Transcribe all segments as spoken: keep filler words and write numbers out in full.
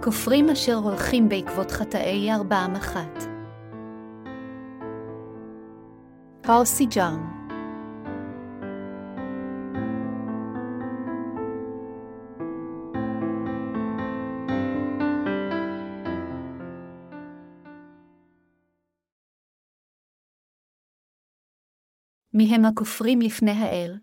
כופרים אשר הולכים בעקבות חטאי ארבעם אחת. פאול סיג'אן. מי הם הכופרים לפני האל?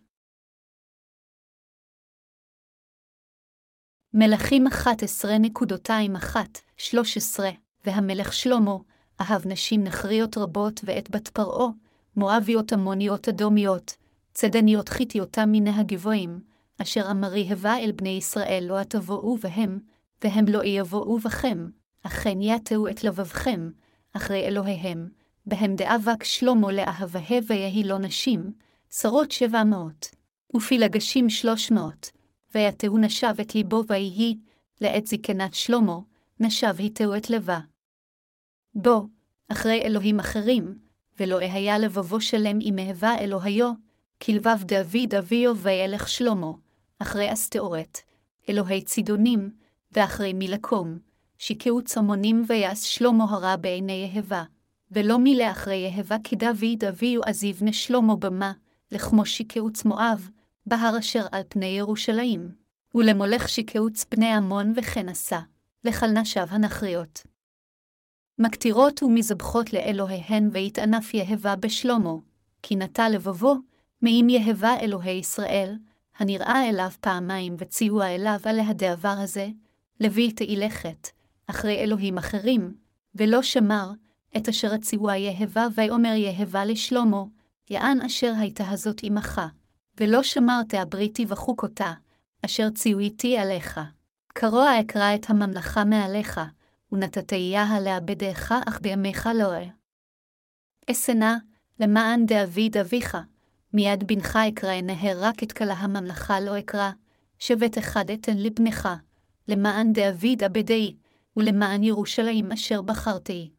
מלכים אחת עשרה אחת שלוש עשרה, והמלך שלמה, אהב נשים נכריות רבות ואת בת פרעה, מואביות עמוניות אדומיות, צדניות חיתיותם מן הגבוהים, אשר אמרי הבא אל בני ישראל לא תבואו בהם, והם לא יבואו בכם, אכן יטעו את לבבכם, אחרי אלוהיהם, בהם דאבק שלמה לאהבה ויהי לו נשים, שרות שבע מאות, ופילגשים שלוש מאות. ויתהו נשב את ליבו ויהי, לעת זקנת שלמה, נשב היתהו את לבה. בו, אחרי אלוהים אחרים, ולא היה לבבו שלם אם אהבה אלוהיו, כלבב דוד אביו וילך שלמה, אחרי אסתאורת, אלוהי צידונים, ואחרי מלקום, שיקעו צמונים ויעש שלמה הרע בעיני יהבה, ולא מילא אחרי יהבה כי דוד אביו אז יבנה שלמה במה, לכמו שיקעוץ מואב, בהר אשר על פני ירושלים, ולמולך שיקעוץ פני עמון וכן עשה, לכל נשיו הנכריות. מקטירות ומזבחות לאלוהיהן ויתענף יהבה בשלמה, כי נטה לבבו, מאם יהבה אלוהי ישראל, הנראה אליו פעמיים וציוע אליו על הדבר הזה, לבלתי הילכת, אחרי אלוהים אחרים, ולא שמר, את אשר הציוע יהבה ויאמר יהבה לשלמה, יען אשר הייתה הזאת עמך. ולא שמרת הבריתי וחוקותה, אשר ציוויתי עליך. קרוע אקרא את הממלכה מעליך, ונתתיה לעבדיך אך בימיך לא. אשנה, למען דוד אביך, מיד בנך אקרא נהר רק את כלה הממלכה לא אקרא, שבט אחד אתן לבנך, למען דוד עבדי, ולמען ירושלים אשר בחרתי.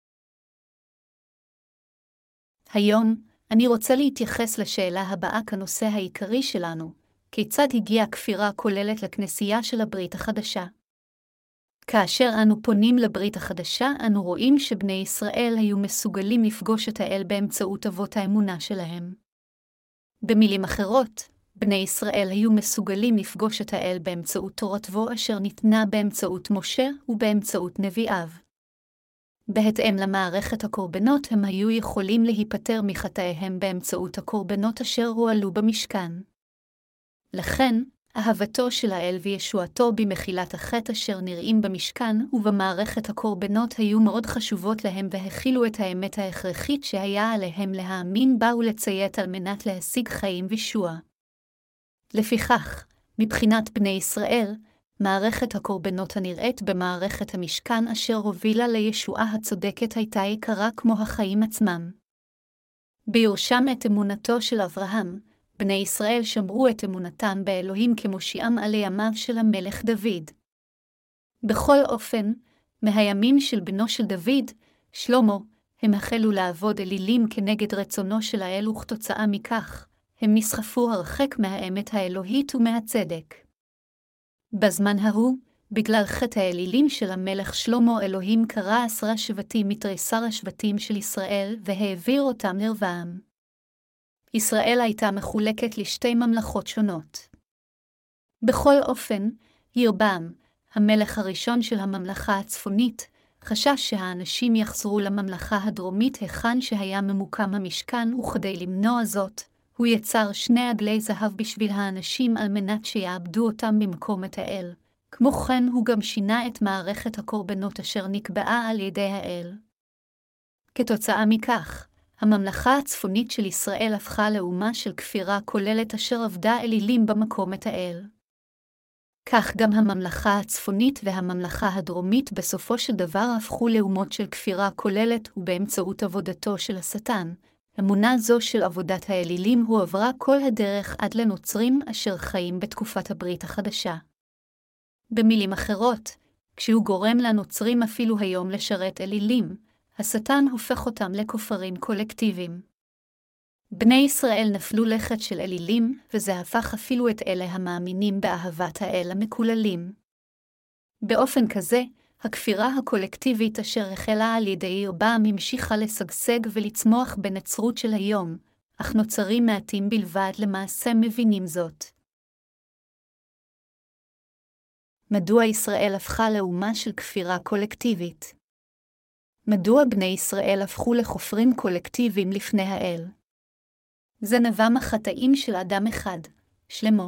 היום, אני רוצה להתייחס לשאלה הבאה כנושא העיקרי שלנו, כיצד הגיעה כפירה כוללת לכנסייה של הברית החדשה? כאשר אנו פונים לברית החדשה, אנו רואים שבני ישראל היו מסוגלים לפגוש את האל באמצעות אבות האמונה שלהם. במילים אחרות, בני ישראל היו מסוגלים לפגוש את האל באמצעות תורת בו אשר ניתנה באמצעות משה ובאמצעות נביאיו. בהתאם למערכת הקורבנות הם היו יכולים להיפטר מחטאיהם באמצעות הקורבנות אשר הועלו במשכן. לכן, אהבתו של האל וישועתו במחילת החטא אשר נראים במשכן ובמערכת הקורבנות היו מאוד חשובות להם והכילו את האמת ההכרחית שהיה עליהם להאמין בה ולציית על מנת להשיג חיים וישוע. לפיכך, מבחינת בני ישראל, מערכת הקורבנות הנראית במערכת המשכן אשר הובילה לישועה הצודקת הייתה יקרה כמו החיים עצמם. ביורשם את אמונתו של אברהם, בני ישראל שמרו את אמונתם באלוהים כמושיעם על ימיו של המלך דוד. בכל אופן, מהימים של בנו של דוד, שלמה, הם החלו לעבוד אלילים כנגד רצונו של האל וכתוצאה מכך, הם נסחפו הרחק מהאמת האלוהית ומהצדק. בזמן ההוא, בגלל חטא האלילים של המלך שלמה אלוהים קרא עשרה שבטים מתריסר השבטים של ישראל והעביר אותם לרבעם. ישראל הייתה מחולקת לשתי ממלכות שונות. בכל אופן, ירבעם, המלך הראשון של הממלכה הצפונית, חשש שהאנשים יחזרו לממלכה הדרומית היכן שהיה ממוקם המשכן וכדי למנוע זאת, הוא יצר שני עגלי זהב בשביל האנשים על מנת שיעבדו אותם במקום את האל. כמו כן הוא גם שינה את מערכת הקורבנות אשר נקבעה על ידי האל. כתוצאה מכך, הממלכה הצפונית של ישראל הפכה לאומה של כפירה כוללת אשר עבדה אלילים במקום את האל. כך גם הממלכה הצפונית והממלכה הדרומית בסופו של דבר הפכו לאומות של כפירה כוללת ובאמצעות עבודתו של השטן. אמונה זו של עבודת האלילים הועברה כל הדרך עד לנוצרים אשר חיים בתקופת הברית החדשה. במילים אחרות, כשהוא גורם לנוצרים אפילו היום לשרת אלילים, השטן הופך אותם לכופרים קולקטיביים. בני ישראל נפלו לחץ של אלילים, וזה הפך אפילו את אלה המאמינים באהבת האל המקוללים. באופן כזה, הכפירה הקולקטיבית אשר החלה על ידי ירבעם המשיכה לשגשג ולצמוח בנצרות של היום, אך נוצרים מעטים בלבד למעשה מבינים זאת. מדוע ישראל הפכה לאומה של כפירה קולקטיבית? מדוע בני ישראל הפכו לחופרים קולקטיביים לפני האל? זה נבע מחטאים של אדם אחד, שלמה.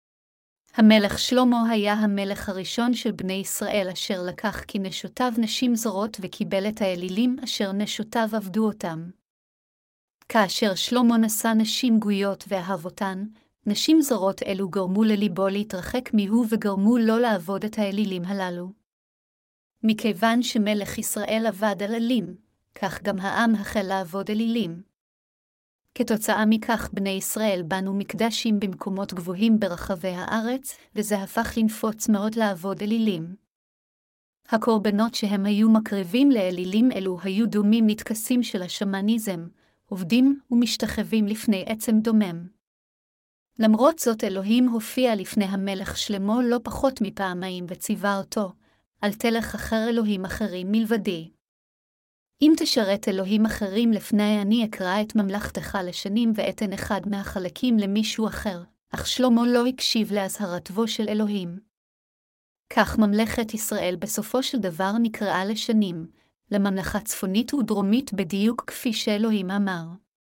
המלך שלמה היה המלך הראשון של בני ישראל אשר לקח כנשותיו נשים זרות וקיבל את האלילים אשר נשותיו עבדו אותם. כאשר שלמה נשא נשים גויות ואהב אותן, נשים זרות אלו גרמו לליבו להתרחק מהו וגרמו לו לעבוד את האלילים הללו. מכיוון שמלך ישראל עבד על אלים, כך גם העם החל לעבוד אלילים. כתוצאה מכך בני ישראל בנו מקדשים במקומות גבוהים ברחבי הארץ, וזה הפך לנפוץ מאוד לעבוד אלילים. הקורבנות שהם היו מקריבים לאלילים אלו היו דומים נתקסים של השמניזם, עובדים ומשתחווים לפני עצם דומם. למרות זאת אלוהים הופיע לפני המלך שלמה לא פחות מפעמיים וציווה אותו, אל תלך אחר אלוהים אחרים מלבדי. אם תשרת אלוהים אחרים לפני אני אקרא את ממלכתך לשנים ואתן אחד מהחלקים למישהו אחר, אך שלמה לא הקשיב להזהרתו של אלוהים. כך ממלכת ישראל בסופו של דבר נקראה לשנים, לממלכה צפונית ודרומית בדיוק כפי שאלוהים אמר.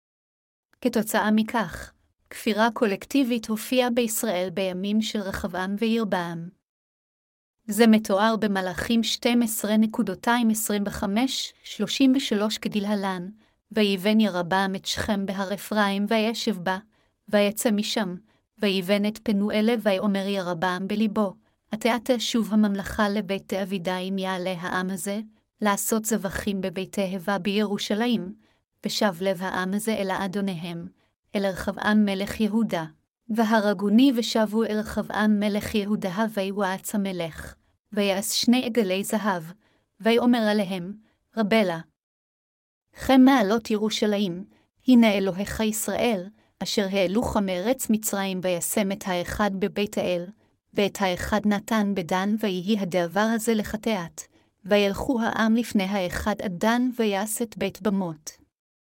כתוצאה מכך, כפירה קולקטיבית הופיעה בישראל בימים של רחבעם וירבעם. זה מתואר במלאכים שתים עשרה עשרים וחמש שלושים ושלוש כדלהלן, ויבן ירבעם את שכם בהר אפרים וישב בה, ויצא משם, ויבן את פנואלה ויאמר ירבעם בליבו, עתה תשוב הממלכה לבית אבידי אם יעלה העם הזה, לעשות זבחים בבית אהבה בירושלים, ושב לב העם הזה אל אדוניהם, אל רחבעם מלך יהודה. והרגוני ושבו אל רחבעם מלך יהודה ויועץ המלך, ויעש שני עגלי זהב, ויאמר עליהם, רבלה. לכם מעלות ירושלים, הנה אלוהיך ישראל, אשר העלוך מארץ מצרים וישם את האחד בבית האל, ואת האחד נתן בדן ויהי הדבר הזה לחטאת, וילכו העם לפני האחד עד דן ויעש את בית במות.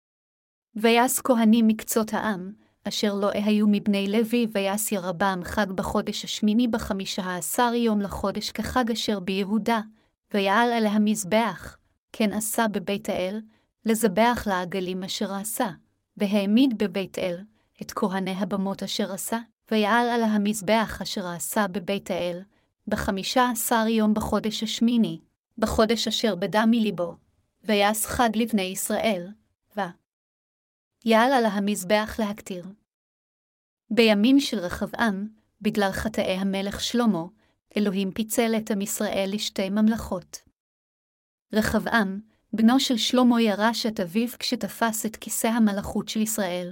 ויעש כהנים מקצות העם, אשר לא היו מבני לוי ויעש ירבעם חג בחודש השמיני בחמישה עשר יום לחודש כחג אשר ביהודה, ויעל על המזבח, כן עשה בבית האל, לזבח לעגלים אשר עשה, והעמיד בבית אל, את כהני הבמות אשר עשה, ויעל על המזבח אשר עשה בבית האל, בחמישה עשר יום בחודש השמיני, בחודש אשר בדה מליבו, ויעש חג לבני ישראל, ו... יעל על המזבח להקטיר. בימים של רחבעם, בגלל חטאי המלך שלמה, אלוהים פיצל את עם ישראל לשתי ממלכות. רחבעם, בנו של שלמה ירש את אביו כשתפס את כיסא המלכות של ישראל.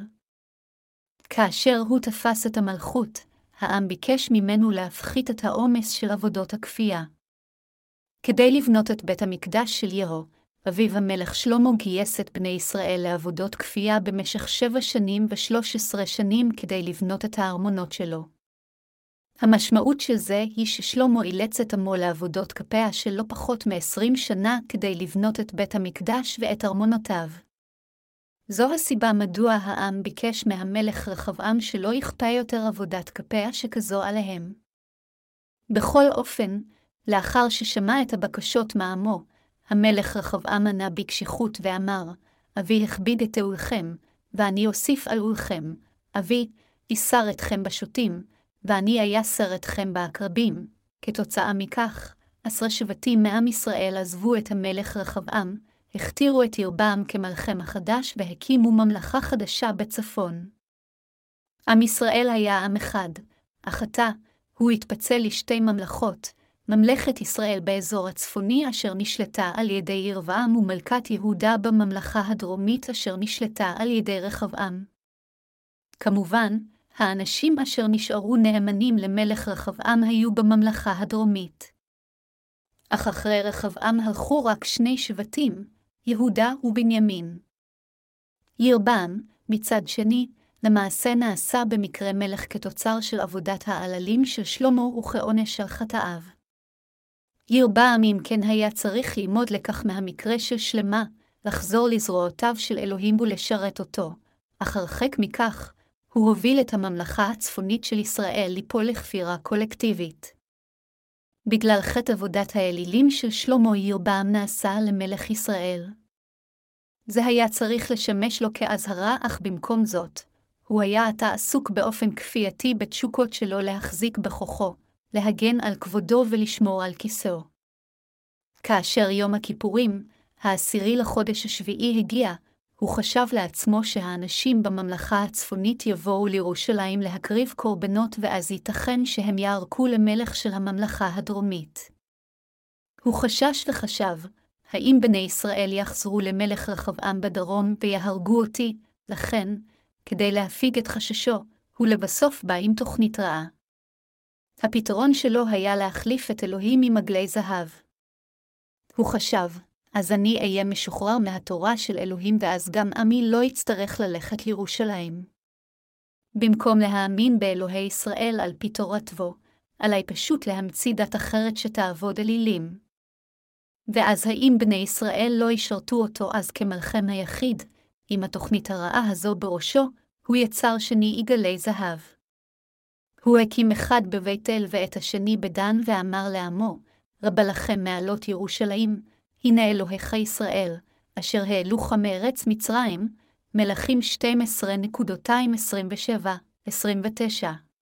כאשר הוא תפס את המלכות, העם ביקש ממנו להפחית את העומס של עבודות הכפייה. כדי לבנות את בית המקדש של יהו, אביו המלך שלמה גייס את בני ישראל לעבודות כפייה במשך שבע שנים ושלוש עשרה שנים כדי לבנות את הארמונות שלו. המשמעות של זה היא ששלמה אילץ את עמו לעבודות כפיה של לא פחות מ-עשרים שנה כדי לבנות את בית המקדש ואת ארמונותיו. זו הסיבה מדוע העם ביקש מהמלך רחבעם שלא יכפה יותר עבודת כפיה שכזו עליהם. בכל אופן, לאחר ששמע את הבקשות מעמו, המלך רחבעם ענה בקשיחות ואמר, אבי הכביד את עולכם, ואני אוסיף על עולכם, אבי איסר אתכם בשוטים, ואני אייסר אתכם בעקרבים. כתוצאה מכך, עשרה שבטים מעם ישראל עזבו את המלך רחבעם, הכתירו את ירבעם כמלכם החדש והקימו ממלכה חדשה בצפון. עם ישראל היה עם אחד, אך עתה הוא התפצל לשתי ממלכות, ממלכת ישראל באזור הצפוני אשר נשלטה על ידי ירבעם ומלכת יהודה בממלכה הדרומית אשר נשלטה על ידי רחבעם. כמובן, האנשים אשר נשארו נאמנים למלך רחבעם היו בממלכה הדרומית. אך אחרי רחבעם הלכו רק שני שבטים, יהודה ובנימין. ירבעם, מצד שני, למעשה נעשה במקרה מלך כתוצר של עבודת העללים של שלמה וכעונש על חטאיו. ירבעם אם כן היה צריך ללמוד לקח מהמקרה של שלמה, לחזור לזרועותיו של אלוהים ולשרת אותו, אך הרחק מכך, הוא הוביל את הממלכה הצפונית של ישראל ליפול לכפירה קולקטיבית. בגלל חטא עבודת האלילים של שלמה ירבעם נעשה למלך ישראל. זה היה צריך לשמש לו כאזהרה, אך במקום זאת, הוא היה עתה עסוק באופן כפייתי בתשוקות שלו להחזיק בכוחו, להגן על כבודו ולשמור על כיסאו. כאשר יום הכיפורים, העשירי לחודש השביעי הגיע, הוא חשב לעצמו שהאנשים בממלכה הצפונית יבואו לירושלים להקריב קורבנות ואז ייתכן שהם יערקו למלך של הממלכה הדרומית. הוא חשש וחשב, האם בני ישראל יחזרו למלך רחבעם בדרום ויהרגו אותי, לכן, כדי להפיג את חששו, הוא לבסוף בא עם תוכנית רעה. הפתרון שלו היה להחליף את אלוהים עם עגלי זהב. הוא חשב, אז אני אהיה משוחרר מהתורה של אלוהים ואז גם עמי לא יצטרך ללכת לירושלים. במקום להאמין באלוהי ישראל על פי תורתו, עליי פשוט להמציא דת אחרת שתעבוד אלילים. ואז האם בני ישראל לא ישרתו אותו אז כמלכם היחיד, עם התוכנית הרעה הזו בראשו, הוא יצר שני עגלי זהב. הוא הקים אחד בבית אל ואת השני בדן ואמר לעמו, רבה לכם מעלות ירושלים, הנה אלוהיך ישראל, אשר העלוך מארץ מצרים, מלכים שתים עשרה עשרים ושבע עשרים ותשע.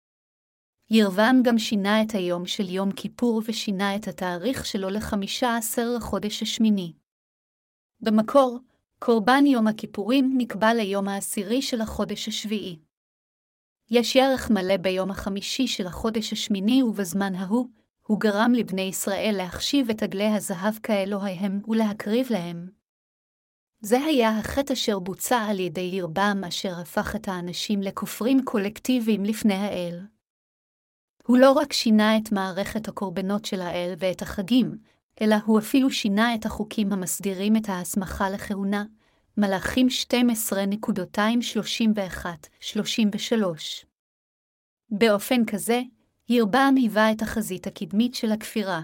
ירבעם גם שינה את היום של יום כיפור ושינה את התאריך שלו לחמישה עשר לחודש השמיני. במקור, קורבן יום הכיפורים נקבע ליום העשירי של החודש השביעי. יש ירח מלא ביום החמישי של החודש השמיני ובזמן ההוא, הוא גרם לבני ישראל להחשיב את עגלי הזהב כאלוהיהם ולהקריב להם. זה היה החטא אשר בוצע על ידי ירבעם אשר הפך את האנשים לכופרים קולקטיביים לפני האל. הוא לא רק שינה את מערכת הקורבנות של האל ואת החגים, אלא הוא אפילו שינה את החוקים המסדירים את ההסמכה לכהונה, מלכים שתים עשרה שלושים ואחת שלושים ושלוש. באופן כזה, ירבעם היווה את החזית הקדמית של הכפירה.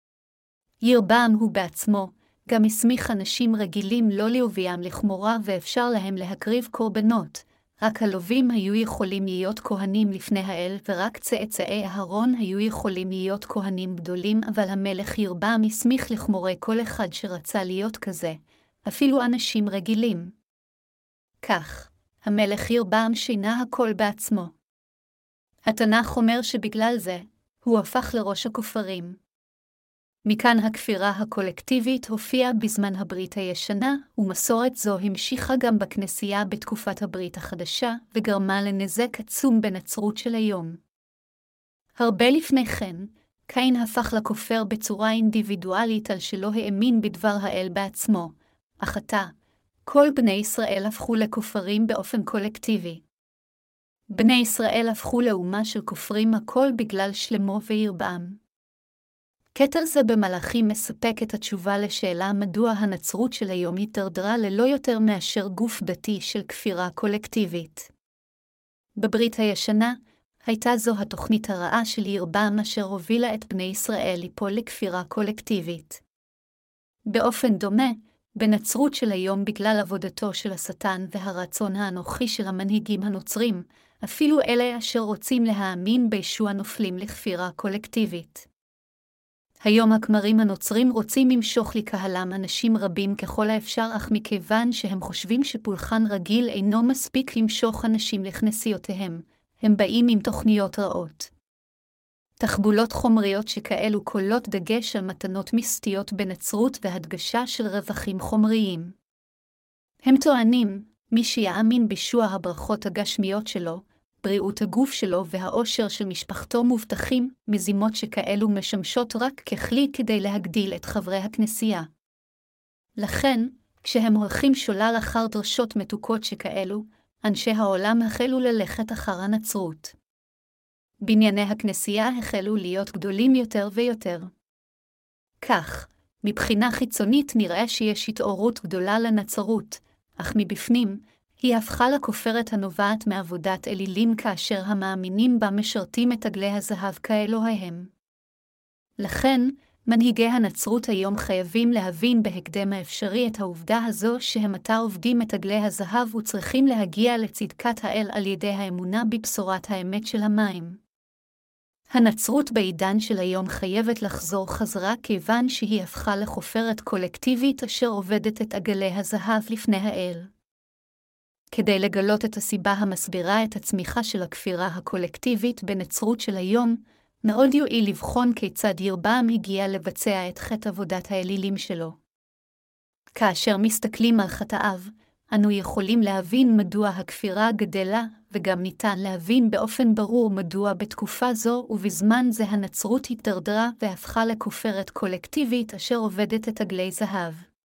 ירבעם הוא בעצמו, גם הסמיך אנשים רגילים לא להוביאם לכמורה ואפשר להם להקריב קורבנות, רק הלווים היו יכולים להיות כהנים לפני האל ורק צאצאי אהרון היו יכולים להיות כהנים גדולים, אבל המלך ירבעם הסמיך לכמורי כל אחד שרצה להיות כזה, אפילו אנשים רגילים. כך, המלך ירבעם שינה הכל בעצמו. התנ"ך אומר שבגלל זה, הוא הפך לראש הכופרים. מכאן הכפירה הקולקטיבית הופיעה בזמן הברית הישנה, ומסורת זו המשיכה גם בכנסייה בתקופת הברית החדשה, וגרמה לנזק עצום בנצרות של היום. הרבה לפני כן, קין הפך לכופר בצורה אינדיבידואלית על שלא האמין בדבר האל בעצמו, אך עתה, כל בני ישראל הפכו לכופרים באופן קולקטיבי. בני ישראל הפכו לאומה של כופרים הכל בגלל שלמה וירבעם. קטע זה במלאכים מספק את התשובה לשאלה מדוע הנצרות של היום התדרדרה ללא יותר מאשר גוף דתי של כפירה קולקטיבית. בברית הישנה, הייתה זו התוכנית הרעה של ירבעם אשר הובילה את בני ישראל ליפול לכפירה קולקטיבית. באופן דומה, בנצרות של היום בגלל עבודתו של השטן והרצון האנוכי של המנהיגים הנוצרים, אפילו אלה אשר רוצים להאמין בישוע נופלים לכפירה קולקטיבית. היום הכמרים הנוצרים רוצים למשוך לקהלם אנשים רבים ככל האפשר, אך מכיוון שהם חושבים שפולחן רגיל אינו מספיק למשוך אנשים לכנסיותיהם, הם באים עם תוכניות רעות. תחבולות חומריות שכאלו קולות דגש על מתנות מיסטיות בנצרות והדגשה של רווחים חומריים. הם טוענים, מי שיאמין בישוע הברכות הגשמיות שלו, בריאות הגוף שלו והאושר של משפחתו מובטחים, מזימות שכאלו משמשות רק ככלי כדי להגדיל את חברי הכנסייה. לכן, כשהם הולכים שולל אחר דרשות מתוקות שכאלו, אנשי העולם החלו ללכת אחר הנצרות. בנייני הכנסייה החלו להיות גדולים יותר ויותר. כך, מבחינה חיצונית נראה שיש התעוררות גדולה לנצרות, אך מבפנים, היא הפכה לכופרת הנובעת מעבודת אלילים כאשר המאמינים בה משרתים את עגלי הזהב כאלוהיהם. לכן, מנהיגי הנצרות היום חייבים להבין בהקדם האפשרי את העובדה הזו שהם עתה עובדים את עגלי הזהב וצריכים להגיע לצדקת האל על ידי האמונה בבשורת האמת של המים. הנצרות בעידן של היום חייבת לחזור חזרה כיוון שהיא הפכה לחופרת קולקטיבית אשר עובדת את עגלי הזהב לפני האל. כדי לגלות את הסיבה המסבירה את הצמיחה של הכפירה הקולקטיבית בנצרות של היום, מאוד יועיל לבחון כיצד ירבעם הגיע לבצע את חטא עבודת האלילים שלו. כאשר מסתכלים על חטאיו, אנו יכולים להבין מדוע הכפירה גדלה, וגם ניתן להבין באופן ברור מדוע בתקופה זו ובזמן זה הנצרות התדרדרה והפכה לכופרת קולקטיבית אשר עובדת את עגלי זהב.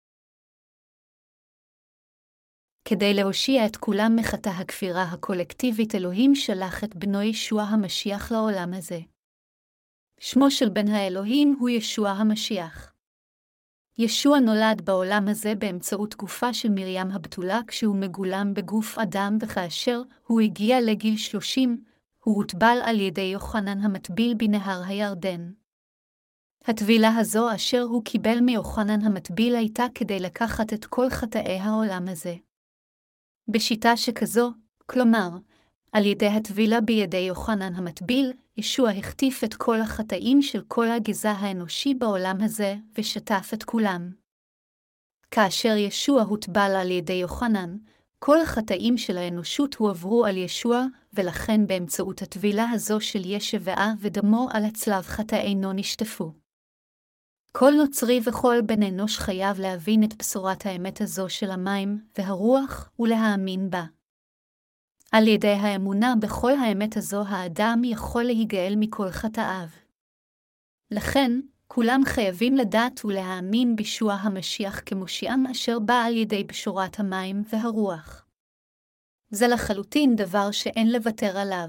כדי להושיע את כולם מחטא הכפירה הקולקטיבית, אלוהים שלח את בנו ישוע המשיח לעולם הזה. שמו של בן האלוהים הוא ישוע המשיח. ישוע נולד בעולם הזה באמצעות גופה של מרים הבתולה כשהוא מגולם בגוף אדם, וכאשר הוא הגיע לגיל שלושים, הוא הוטבל על ידי יוחנן המטביל בנהר הירדן. הטבילה הזו אשר הוא קיבל מיוחנן המטביל הייתה כדי לקחת את כל חטאי העולם הזה. בשיטה שכזו, כלומר, על ידי הטבילה בידי יוחנן המטביל, ישוע החטיף את כל החטאים של כל הגזע האנושי בעולם הזה ושטף את כולם. כאשר ישוע הוטבל על ידי יוחנן, כל החטאים של האנושות הועברו על ישוע, ולכן באמצעות הטבילה הזו של ישוע ודמו על הצלב חטאינו נשטפו. כל נוצרי וכל בן אנוש חייב להבין את בשורת האמת הזו של המים והרוח ולהאמין בה. על ידי האמונה בכל האמת הזו האדם יכול להיגאל מכל חטאיו. לכן, כולם חייבים לדעת ולהאמין בישוע המשיח כמושיעם אשר בא על ידי בשורת המים והרוח. זה לחלוטין דבר שאין לוותר עליו.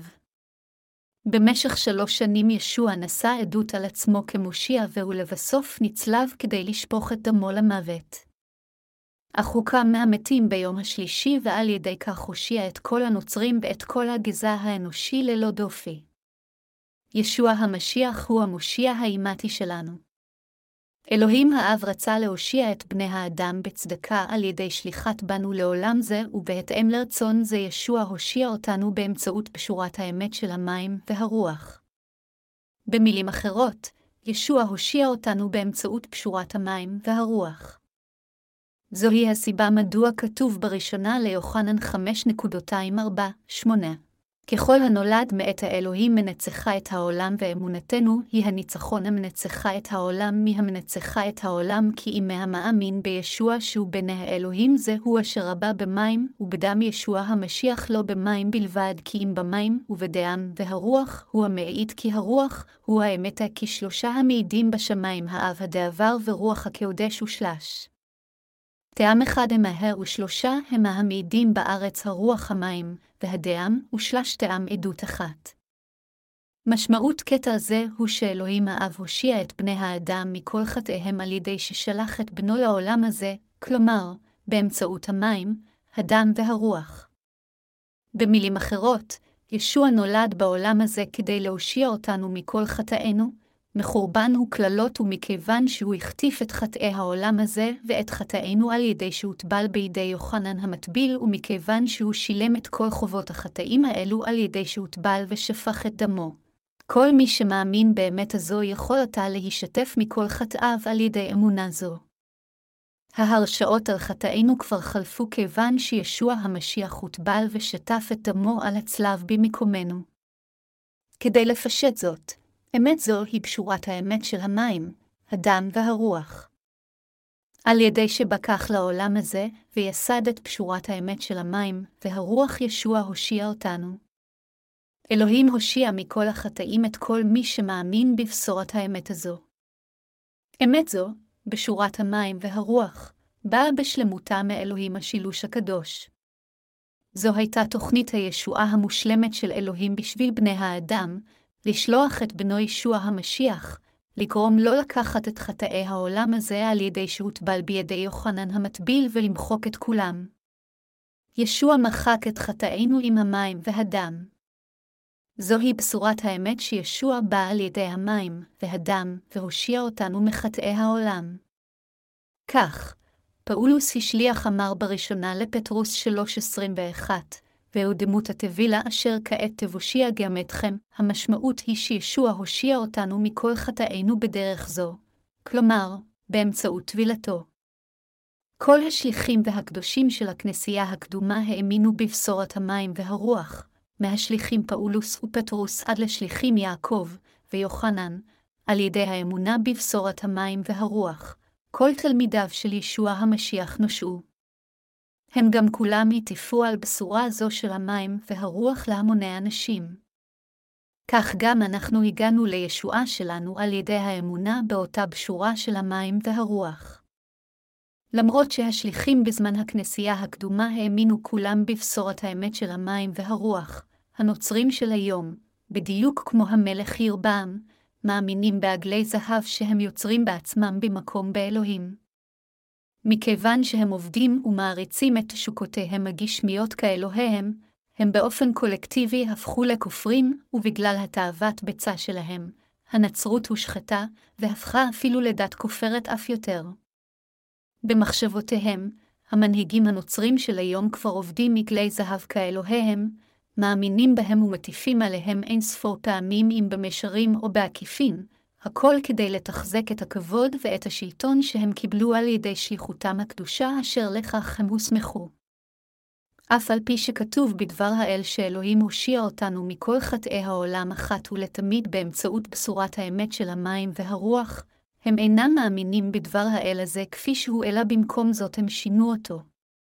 במשך שלוש שנים ישוע נשא עדות על עצמו כמושיע והוא לבסוף נצלב כדי לשפוך את דמו למוות. אך הוא קם מהמתים ביום השלישי ועל ידי כך הושיע את כל הנוצרים ואת כל הגזע האנושי ללא דופי. ישוע המשיח הוא המושיע האימתי שלנו. אלוהים האב רצה להושיע את בני האדם בצדקה על ידי שליחת בנו לעולם זה, ובהתאם לרצון זה ישוע הושיע אותנו באמצעות בשורת האמת של המים והרוח. במילים אחרות, ישוע הושיע אותנו באמצעות בשורת המים והרוח. זוהי הסיבה מדוע כתוב בראשונה ליוחנן חמש ארבע שמונה. ככל הנולד מאת האלוהים מנצחה את העולם, ואמונתנו היא הניצחון המנצחה את העולם מהמנצחה את העולם, כי אם המאמין בישוע שהוא בן האלוהים זה הוא אשר הבא במים ובדם ישוע המשיח לא במים בלבד, כי אם במים ובדם, והרוח הוא המעיד כי הרוח הוא האמת, כי שלושה המעידים בשמיים, האב הדעבר ורוח הקודש ושלש. טעם אחד הם ההר ושלושה הם המעידים בארץ, הרוח המים והדם ושלש טעם עדות אחת. משמעות קטע זה הוא שאלוהים האב הושיע את בני האדם מכל חטאיהם על ידי ששלח את בנו לעולם הזה, כלומר, באמצעות המים, הדם והרוח. במילים אחרות, ישוע נולד בעולם הזה כדי להושיע אותנו מכל חטאינו, מחורבן וקללות, ומכיוון שהוא החטיף את חטאי העולם הזה ואת חטאינו על ידי שהוטבל בידי יוחנן המטביל, ומכיוון שהוא שילם את כל חובות החטאים האלו על ידי שהוטבל ושפך את דמו. כל מי שמאמין באמת הזו יכול עתה להישתף מכל חטאיו על ידי אמונה זו. ההרשאות על חטאינו כבר חלפו כיוון שישוע המשיח הוטבל ושטף את דמו על הצלב במקומנו. כדי לפשט זאת, אמת זו היא בשורת האמת של המים, הדם והרוח. על ידי שבקח לעולם הזה ויסד את בשורת האמת של המים והרוח, ישוע הושיע אותנו. אלוהים הושיע מכל החטאים את כל מי שמאמין בבשורת האמת הזו. אמת זו, בשורת המים והרוח, באה בשלמותה מאלוהים השילוש הקדוש. זו הייתה תוכנית הישועה המושלמת של אלוהים בשביל בני האדם, לשלוח את בנו ישוע המשיח, לגרום לא לקחת את חטאי העולם הזה על ידי שהוטבל בידי יוחנן המטביל ולמחוק את כולם. ישוע מחק את חטאינו עם המים והדם. זוהי בשורת האמת שישוע בא על ידי המים והדם והושיע אותנו מחטאי העולם. כך, פאולוס השליח אמר בראשונה לפטרוס שלוש עשרים ואחת, והוא דמות התבילה אשר כעת תבושיע גם אתכם, המשמעות היא שישוע הושיע אותנו מכל חטאינו בדרך זו, כלומר, באמצעות טבילתו. כל השליחים והקדושים של הכנסייה הקדומה האמינו בבשורת המים והרוח, מהשליחים פאולוס ופטרוס עד לשליחים יעקב ויוחנן, על ידי האמונה בבשורת המים והרוח, כל תלמידיו של ישוע המשיח נושעו. הם גם כולם הטיפו על בשורה זו של המים והרוח להמוני אנשים. כך גם אנחנו הגענו לישועה שלנו על ידי האמונה באותה בשורה של המים והרוח. למרות שהשליחים בזמן הכנסייה הקדומה האמינו כולם בבשורת האמת של המים והרוח, הנוצרים של היום, בדיוק כמו המלך ירבעם, מאמינים בעגלי זהב שהם יוצרים בעצמם במקום באלוהים. מכיוון שהם עובדים ומעריצים את תשוקותיהם הגשמיות כאלוהיהם, הם באופן קולקטיבי הפכו לכופרים, ובגלל התאוות בצע שלהם, הנצרות הושחתה, והפכה אפילו לדת כופרת אף יותר. במחשבותיהם, המנהיגים הנוצרים של היום כבר עובדים מגלי זהב כאלוהיהם, מאמינים בהם ומטיפים עליהם אין ספור פעמים אם במישרין או בעקיפין, הכל כדי לתחזק את הכבוד ואת השלטון שהם קיבלו על ידי שליחותם הקדושה אשר לכך הם הוסמכו. אף על פי שכתוב בדבר האל שאלוהים הושיע אותנו מכל חטאי העולם אחת ולתמיד באמצעות בשורת האמת של המים והרוח, הם אינם מאמינים בדבר האל הזה כפי שהוא, אלא במקום זאת הם שינו אותו.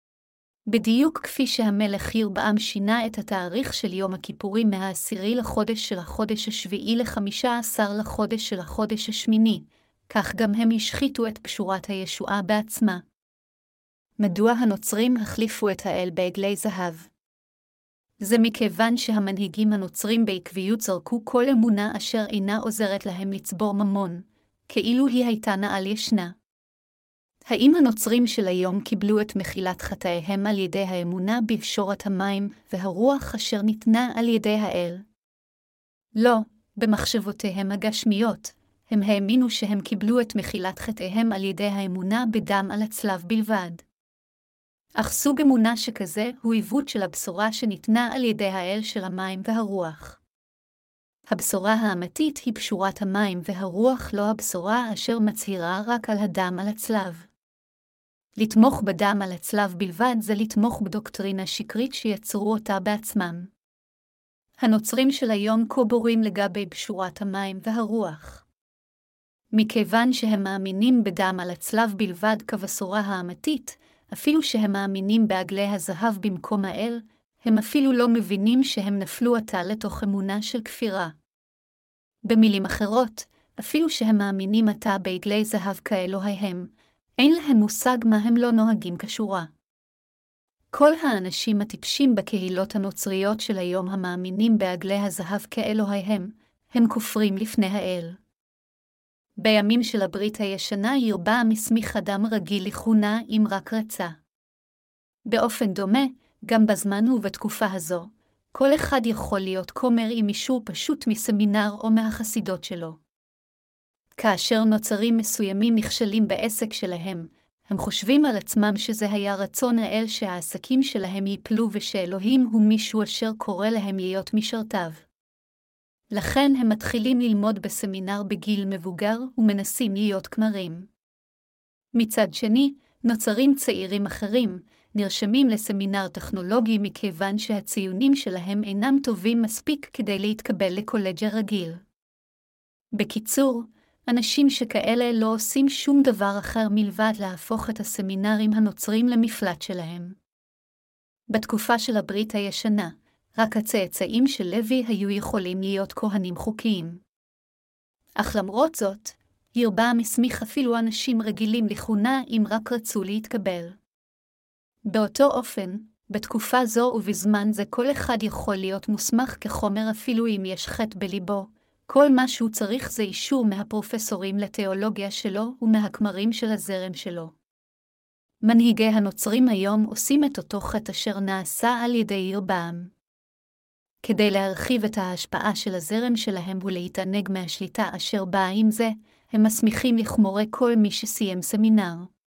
בדיוק כפי שהמלך ירבעם שינה את התאריך של יום הכיפורים מהעשירי לחודש של החודש השביעי לחמישה עשר לחודש של החודש השמיני, כך גם הם השחיתו את בשורת הישועה בעצמה. מדוע הנוצרים החליפו את האל בעגלי זהב? זה מכיוון שהמנהיגים הנוצרים בעקביות זרקו כל אמונה אשר אינה עוזרת להם לצבור ממון, כאילו היא הייתה נעל ישנה. האם הנוצרים של היום קיבלו את מחילת חטאיהם על ידי האמונה בבשורת המים והרוח אשר ניתנה על ידי האל? לא, במחשבותיהם הגשמיות, הם האמינו שהם קיבלו את מחילת חטאיהם על ידי האמונה בדם על הצלב בלבד. אך סוג אמונה שכזה הוא עיוות של הבשורה שניתנה על ידי האל של המים והרוח. הבשורה האמיתית היא בשורת המים והרוח, לא הבשורה אשר מצהירה רק על הדם על הצלב. לתמוך בדם על הצלב בלבד זה לתמוך בדוקטרינה שקרית שיצרו אותה בעצמם. הנוצרים של היום כה בורים לגבי בשורת המים והרוח. מכיוון שהם מאמינים בדם על הצלב בלבד כבשורה האמיתית, אפילו שהם מאמינים בעגלי הזהב במקום האל, הם אפילו לא מבינים שהם נפלו עתה לתוך אמונה של כפירה. במילים אחרות, אפילו שהם מאמינים עתה בעגלי זהב כאלוהיהם, אין להם מושג מה הם לא נוהגים כשורה. כל האנשים הטיפשים בקהילות הנוצריות של היום המאמינים בעגלי הזהב כאלוהיהם, הם כופרים לפני האל. בימים של הברית הישנה ירבעם הסמיך אדם רגיל לכהונה אם רק רצה. באופן דומה, גם בזמן ובתקופה הזו, כל אחד יכול להיות כומר עם אישור פשוט מסמינר או מהחסידות שלו. כאשר נוצרים מסוימים נכשלים בעסק שלהם, הם חושבים על עצמם שזה היה רצון האל שהעסקים שלהם ייפלו ושאלוהים הוא מישהו אשר קורא להם להיות משרתיו. לכן הם מתחילים ללמוד בסמינר בגיל מבוגר ומנסים להיות כמרים. מצד שני, נוצרים צעירים אחרים, נרשמים לסמינר טכנולוגי מכיוון שהציונים שלהם אינם טובים מספיק כדי להתקבל לקולג' הרגיל. בקיצור, אנשים שכאלה לא עושים שום דבר אחר מלבד להפוך את הסמינרים הנוצרים למפלט שלהם. בתקופה של הברית הישנה, רק הצאצאים של לוי היו יכולים להיות כהנים חוקיים. אך למרות זאת, ירבעם הסמיך אפילו אנשים רגילים לכהונה אם רק רצו להתקבל. באותו אופן, בתקופה זו ובזמן זה כל אחד יכול להיות מוסמך כחומר אפילו אם יש חטא בליבו, כל מה שהוא צריך זה אישור מהפרופסורים לתיאולוגיה שלו ומהכמרים של הזרם שלו. מנהיגי הנוצרים היום עושים את אותו חטא אשר נעשה על ידי ירבעם. כדי להרחיב את ההשפעה של הזרם שלהם ולהתענג מהשליטה אשר באה עם זה, הם מסמיכים לכמורי כל מי שסיים סמינר.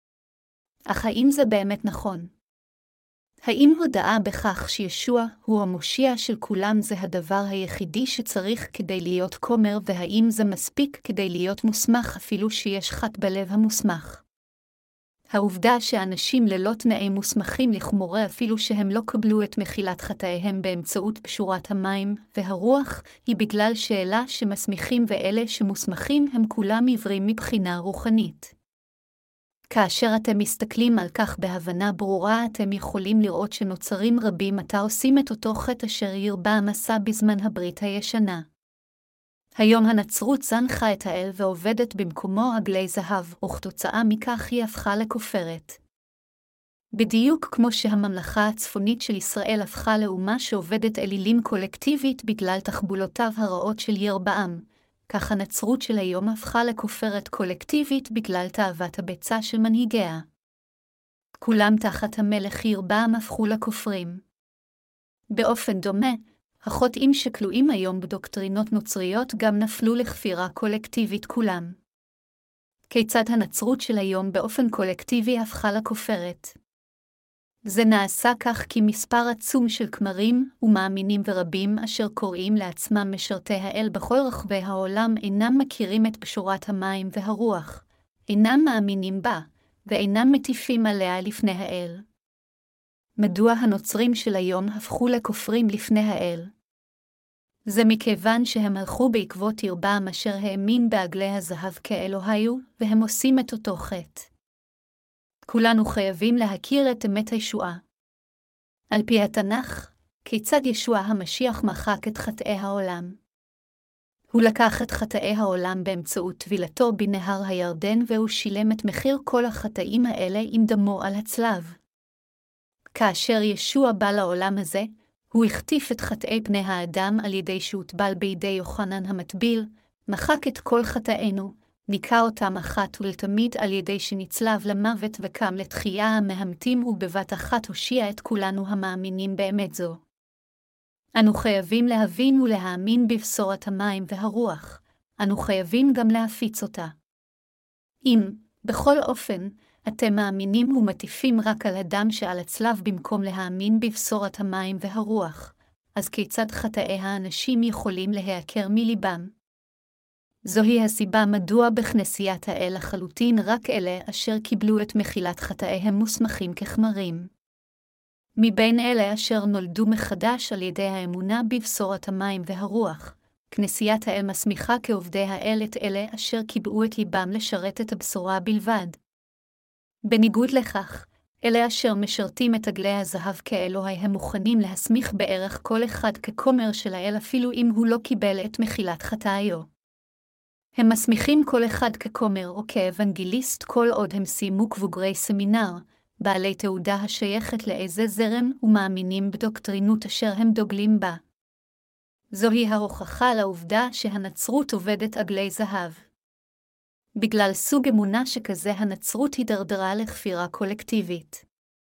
אך האם זה באמת נכון? האם הודעה בכך שישוע הוא המושיע של כולם זה הדבר היחידי שצריך כדי להיות כומר, והאם זה מספיק כדי להיות מוסמך אפילו שיש חטא בלב המוסמך? העובדה שאנשים ללא תנאי מוסמכים לכמורי אפילו שהם לא קבלו את מחילת חטאיהם באמצעות פשורת המים והרוח, היא בגלל שאלה שמסמיכים ואלה שמוסמכים הם כולם עיוורים מבחינה רוחנית. כאשר אתם מסתכלים על כך בהבנה ברורה, אתם יכולים לראות שנוצרים רבים עתה עושים את אותו חטא אשר ירבעם עשה בזמן הברית הישנה. היום הנצרות זנחה את האל ועובדת במקומו עגלי זהב, וכתוצאה מכך היא הפכה לכופרת. בדיוק כמו שהממלכה הצפונית של ישראל הפכה לאומה שעובדת אלילים קולקטיבית בגלל תחבולותיו הרעות של ירבעם, כך הנצרות של היום הפכה לכופרת קולקטיבית בגלל תאוות הביצה של מנהיגיה. כולם תחת המלך ירבעם הפכו לכופרים. באופן דומה, החוטאים שכלואים היום בדוקטרינות נוצריות גם נפלו לכפירה קולקטיבית כולם. כיצד הנצרות של היום באופן קולקטיבי הפכה לכופרת? זה נעשה כך כי מספר עצום של כמרים ומאמינים ורבים אשר קוראים לעצמם משרתי האל בכל רחבי העולם אינם מכירים את פשורת המים והרוח, אינם מאמינים בה, ואינם מטיפים עליה לפני האל. מדוע הנוצרים של היום הפכו לכופרים לפני האל? זה מכיוון שהם הלכו בעקבות ירבעם אשר האמין בעגלי הזהב כאלוהיו, והם עושים את אותו חטא. כולנו חייבים להכיר את אמת הישועה. על פי התנ"ך, כיצד ישוע המשיח מחק את חטאי העולם? הוא לקח את חטאי העולם באמצעות טבילתו בנהר הירדן, והוא שילם את מחיר כל החטאים האלה עם דמו על הצלב. כאשר ישוע בא לעולם הזה, הוא החטיף את חטאי פני האדם על ידי שהוטבל בידי יוחנן המטביל, מחק את כל חטאינו, ניקה אותם אחת ולתמיד על ידי שנצלב למוות וקם לתחייה המהמתים, ובבת אחת הושיע את כולנו המאמינים באמת זו. אנו חייבים להבין ולהאמין בבשורת המים והרוח, אנו חייבים גם להפיץ אותה. אם, בכל אופן, אתם מאמינים ומטיפים רק על הדם שעל הצלב במקום להאמין בבשורת המים והרוח, אז כיצד חטאי האנשים יכולים להיעקר מליבם? זוהי הסיבה מדוע בכנסיית האל לחלוטין רק אלה אשר קיבלו את מחילת חטאיהם מוסמכים ככמרים. מבין אלה אשר נולדו מחדש על ידי האמונה בבשורת המים והרוח, כנסיית האל מסמיכה כעובדי האל את אלה אשר קיבעו את ליבם לשרת את הבשורה בלבד. בניגוד לכך, אלה אשר משרתים את עגלי הזהב כאלוהי הם מוכנים להסמיך בערך כל אחד ככומר של האל אפילו אם הוא לא קיבל את מחילת חטאיו. הם מסמיכים כל אחד ככומר או כאבנגליסט כל עוד הם סיימו כבוגרי סמינר, בעלי תעודה השייכת לאיזה זרם ומאמינים בדוקטרינות אשר הם דוגלים בה. זוהי ההוכחה לעובדה שהנצרות עובדת עגלי זהב. בגלל סוג אמונה שכזה הנצרות הידרדרה לכפירה קולקטיבית.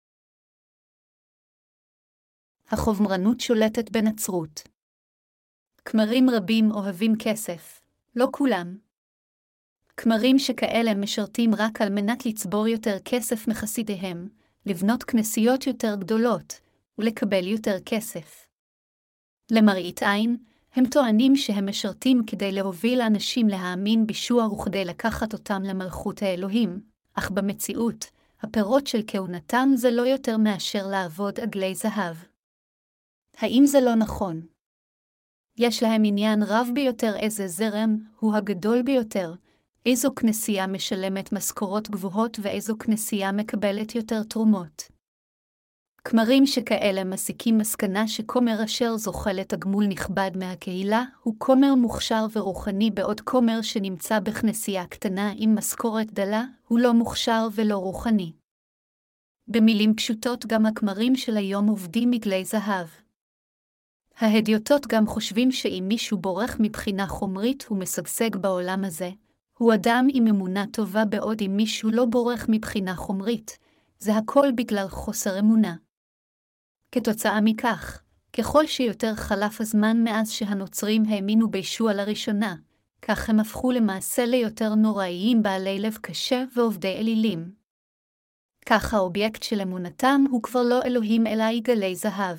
החומרנות שולטת בנצרות. כמרים רבים אוהבים כסף, לא כולם. כמרים שכאלה משרתים רק על מנת לצבור יותר כסף מחסידיהם, לבנות כנסיות יותר גדולות, ולקבל יותר כסף. למראית עין, הם טוענים שהם משרתים כדי להוביל אנשים להאמין בישוע וכדי לקחת אותם למלכות האלוהים, אך במציאות, הפירות של כהונתם זה לא יותר מאשר לעבוד עגלי זהב. האם זה לא נכון? יש להם עניין רב ביותר איזה זרם הוא הגדול ביותר, איזו כנסייה משלמת משכורות גבוהות ואיזו כנסייה מקבלת יותר תרומות. כמרים שכאלה מסיקים מסקנה שכומר אשר זוכה לתגמול נכבד מהקהילה הוא כומר מוכשר ורוחני, בעוד כומר שנמצא בכנסייה קטנה עם משכורת דלה הוא לא מוכשר ולא רוחני. במילים פשוטות, גם הכמרים של היום עובדים מגלי זהב. ההדיוטות גם חושבים שאם מישהו בורח מבחינה חומרית ומשגשג בעולם הזה, הוא אדם עם אמונה טובה, בעוד אם מישהו לא בורח מבחינה חומרית, זה הכל בגלל חוסר אמונה. כתוצאה מכך, ככל שיותר חלף הזמן מאז שהנוצרים האמינו בישוע לראשונה, כך הם הפכו למעשה ליותר נוראיים בעלי לב קשה ועובדי אלילים. כך האובייקט של אמונתם הוא כבר לא אלוהים אלא עגלי זהב.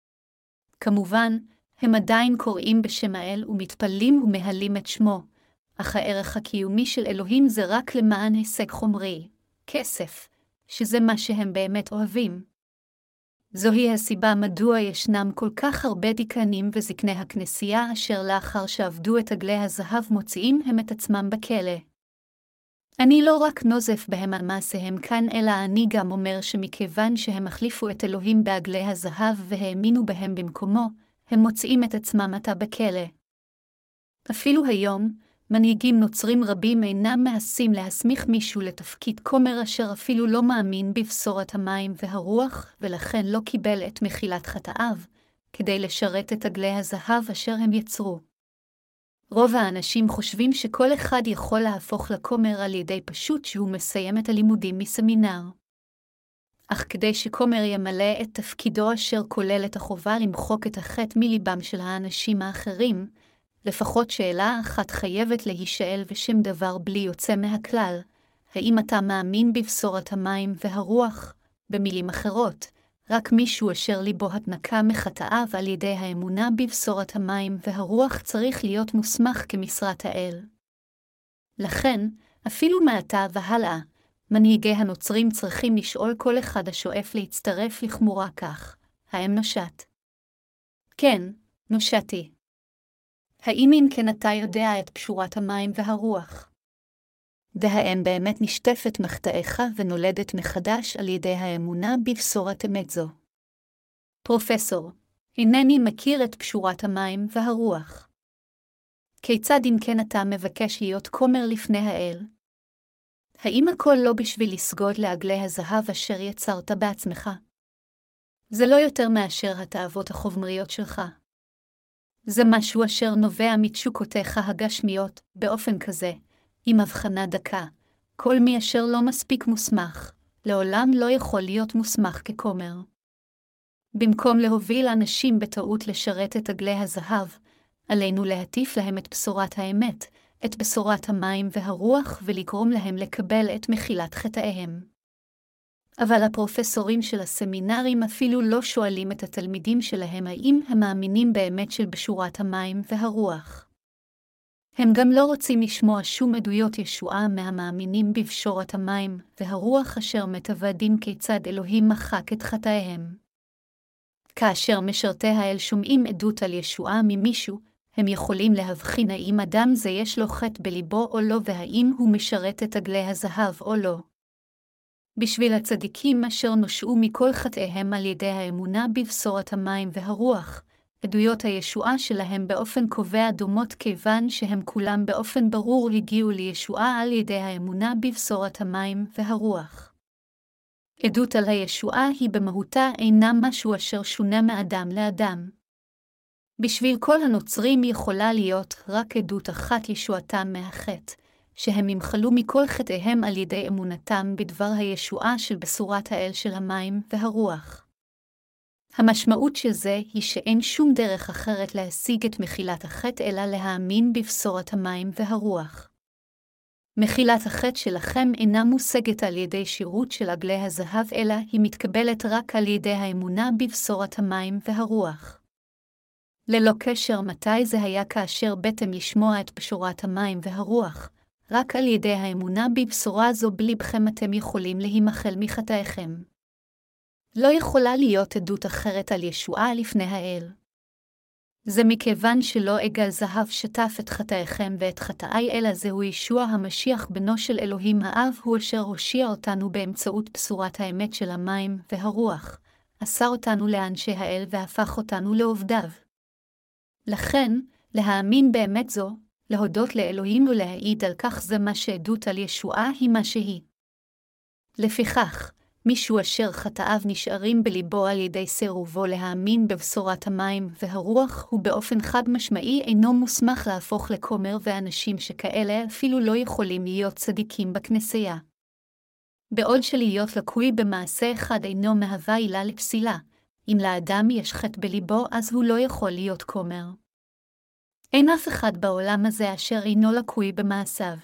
כמובן, הם עדיין קוראים בשם האל ומתפללים ומהלים את שמו, אך הערך הקיומי של אלוהים זה רק למען הישג חומרי, כסף, שזה מה שהם באמת אוהבים. זוהי הסיבה מדוע ישנם כל כך הרבה דיקנים וזקני הכנסייה אשר לאחר שעבדו את עגלי הזהב מוציאים הם את עצמם בכלא. אני לא רק נוזף בהם על מעשיהם כאן, אלא אני גם אומר שמכיוון שהם החליפו את אלוהים בעגלי הזהב והאמינו בהם במקומו, הם מוציאים את עצמם עתה בכלא. אפילו היום, מנהיגים נוצרים רבים אינם מעשים להסמיך מישהו לתפקיד כומר אשר אפילו לא מאמין בבשורת המים והרוח, ולכן לא קיבל את מחילת חטאיו, כדי לשרת את עגלי הזהב אשר הם יצרו. רוב האנשים חושבים שכל אחד יכול להפוך לכומר על ידי פשוט שהוא מסיים את הלימודים מסמינר. אך כדי שכומר ימלא את תפקידו אשר כולל את החובה למחוק את החטא מליבם של האנשים האחרים, לפחות שאלה אחת חייבת להישאל ושם דבר בלי יוצא מהכלל, האם אתה מאמין בבשורת המים והרוח? במילים אחרות, רק מישהו אשר ליבו התנקה מחטאיו על ידי האמונה בבשורת המים והרוח צריך להיות מוסמך כמשרת האל. לכן, אפילו מעתה והלאה, מנהיגי הנוצרים צריכים לשאול כל אחד השואף להצטרף לכמורה כך, האם נושט? כן, נושעתי. האם אם כן אתה יודע את פשורת המים והרוח? והאם באמת נשטפת מחטאיך ונולדת מחדש על ידי האמונה בבשורת אמת זו? פרופסור, הנני מכיר את פשורת המים והרוח. כיצד אם כן אתה מבקש להיות כומר לפני האל? האם הכל לא בשביל לסגוד לעגלי הזהב אשר יצרת בעצמך? זה לא יותר מאשר התאוות החומריות שלך. זה משהו אשר נובע מתשוקותיך הגשמיות, באופן כזה, עם הבחנה דקה. כל מי אשר לא מספיק מוסמך, לעולם לא יכול להיות מוסמך ככומר. במקום להוביל אנשים בטעות לשרת את עגלי הזהב, עלינו להטיף להם את בשורת האמת, את בשורת המים והרוח ולגרום להם לקבל את מחילת חטאיהם. אבל הפרופסורים של הסמינרים אפילו לא שואלים את התלמידים שלהם האם הם מאמינים באמת של בשורת המים והרוח. הם גם לא רוצים לשמוע שום עדויות ישועה מהמאמינים בבשורת המים והרוח אשר מתוודים כיצד אלוהים מחק את חטאיהם. כאשר משרתי האל שומעים עדות על ישועה ממישהו, הם יכולים להבחין האם אדם זה יש לו חטא בליבו או לא והאם הוא משרת את עגלי הזהב או לא. בשביל הצדיקים אשר נושעו מכל חטאיהם על ידי האמונה בבשורת המים והרוח, עדויות הישועה שלהם באופן קובע דומות כיוון שהם כולם באופן ברור הגיעו לישועה על ידי האמונה בבשורת המים והרוח. עדות על הישועה היא במהותה אינה משהו אשר שונה מאדם לאדם. בשביל כל הנוצרים יכולה להיות רק עדות אחת ישועתם מהחטא, שהם ימחלו מכל חטאיהם על ידי אמונתם בדבר הישועה של בשורת האל של המים והרוח. המשמעות של זה היא שאין שום דרך אחרת להשיג את מחילת החטא אלא להאמין בבשורת המים והרוח. מחילת החטא שלכם אינה מושגת על ידי שירות של עגלי הזהב אלא היא מתקבלת רק על ידי האמונה בבשורת המים והרוח. ללא קשר מתי זה היה כאשר באתם לשמוע את בשורת המים והרוח, רק על ידי האמונה בבשורה זו בליבכם אתם יכולים להימחל מחטאיכם. לא יכולה להיות עדות אחרת על ישועה לפני האל. זה מכיוון שלא עגל זהב שטף את חטאיכם ואת חטאי אלא זהו ישוע המשיח בנו של אלוהים האב הוא אשר הושיע אותנו באמצעות בשורת האמת של המים והרוח, עשה אותנו לאנשי האל והפך אותנו לעובדיו. לכן, להאמין באמת זו, להודות לאלוהים ולהעיד על כך זה מה שעדות על ישועה היא מה שהיא. לפיכך, מישהו אשר חטאיו נשארים בליבו על ידי סירובו להאמין בבשורת המים והרוח הוא באופן חד משמעי אינו מוסמך להפוך לכומר ואנשים שכאלה אפילו לא יכולים להיות צדיקים בכנסייה. בעוד שלהיות לקוי במעשה אחד אינו מהווה עילה לפסילה, אם לאדם יש חטא בליבו, אז הוא לא יכול להיות כומר. אין אף אחד בעולם הזה אשר אינו לקוי במעשיו.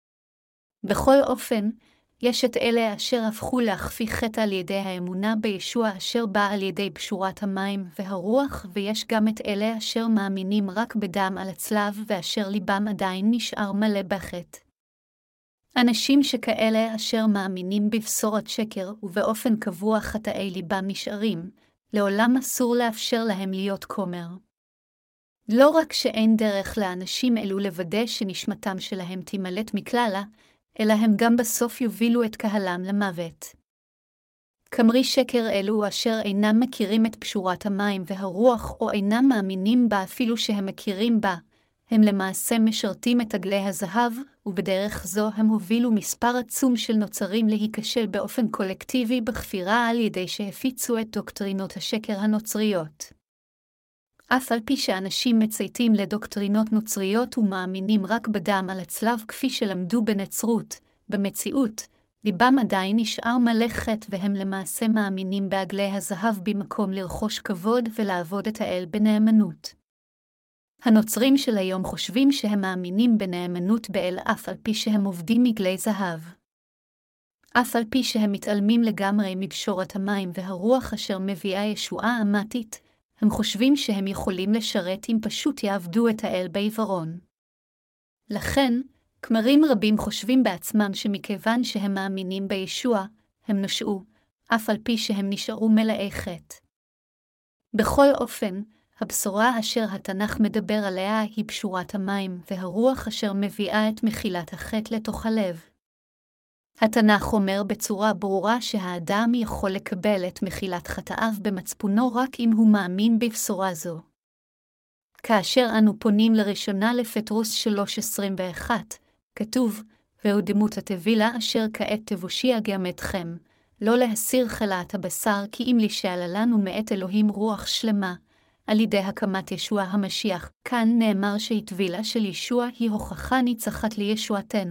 בכל אופן, יש את אלה אשר הפכו להכפי חטא על ידי האמונה בישוע אשר בא על ידי פשורת המים והרוח, ויש גם את אלה אשר מאמינים רק בדם על הצלב ואשר ליבם עדיין נשאר מלא בחטא. אנשים שכאלה אשר מאמינים בבשורת שקר ובאופן קבוע חטאי ליבם נשארים, לעולם אסור לאפשר להם להיות כומר. לא רק שאין דרך לאנשים אלו לוודא שנשמתם שלהם תימלט מכללה, אלא הם גם בסוף יובילו את קהלם למוות. כמרי שקר אלו אשר אינם מכירים את פשורת המים והרוח או אינם מאמינים בה אפילו שהם מכירים בה, הם למעשה משרתים את עגלי הזהב, ובדרך זו הם הובילו מספר עצום של נוצרים להיכשל באופן קולקטיבי בכפירה על ידי שהפיצו את דוקטרינות השקר הנוצריות. אף על פי שאנשים מצייתים לדוקטרינות נוצריות ומאמינים רק בדם על הצלב כפי שלמדו בנצרות, במציאות, ליבם עדיין נשאר מלא חטא והם למעשה מאמינים בעגלי הזהב במקום לרכוש כבוד ולעבוד את האל בנאמנות. הנוצרים של היום חושבים שהם מאמינים בנאמנות באל אף על פי שהם עובדים מגלי זהב. אף על פי שהם מתעלמים לגמרי מבשורת המים והרוח אשר מביאה ישועה אמיתית, הם חושבים שהם יכולים לשרת אם פשוט יעבדו את האל בעיוורון. לכן, כמרים רבים חושבים בעצמם שמכיוון שהם מאמינים בישוע, הם נושעו, אף על פי שהם נשארו מלאי חטא. בכל אופן, הבשורה אשר התנ"ך מדבר עליה היא פשורת המים והרוח אשר מביאה את מחילת החטא לתוך הלב. התנ"ך אומר בצורה ברורה שהאדם יכול לקבל את מחילת חטאיו במצפונו רק אם הוא מאמין בבשורה זו. כאשר אנו פונים לראשונה לפטרוס שלוש עשרים ואחת, כתוב, והוא דמות הטבילה אשר כעת תבושיע גם אתכם, לא להסיר חלאת הבשר כי אם לשאלה לנו מאת אלוהים רוח שלמה, על ידי הקמת ישוע המשיח. כאן נאמר שהטבילה של ישוע היא הוכחה ניצחת לישועתנו.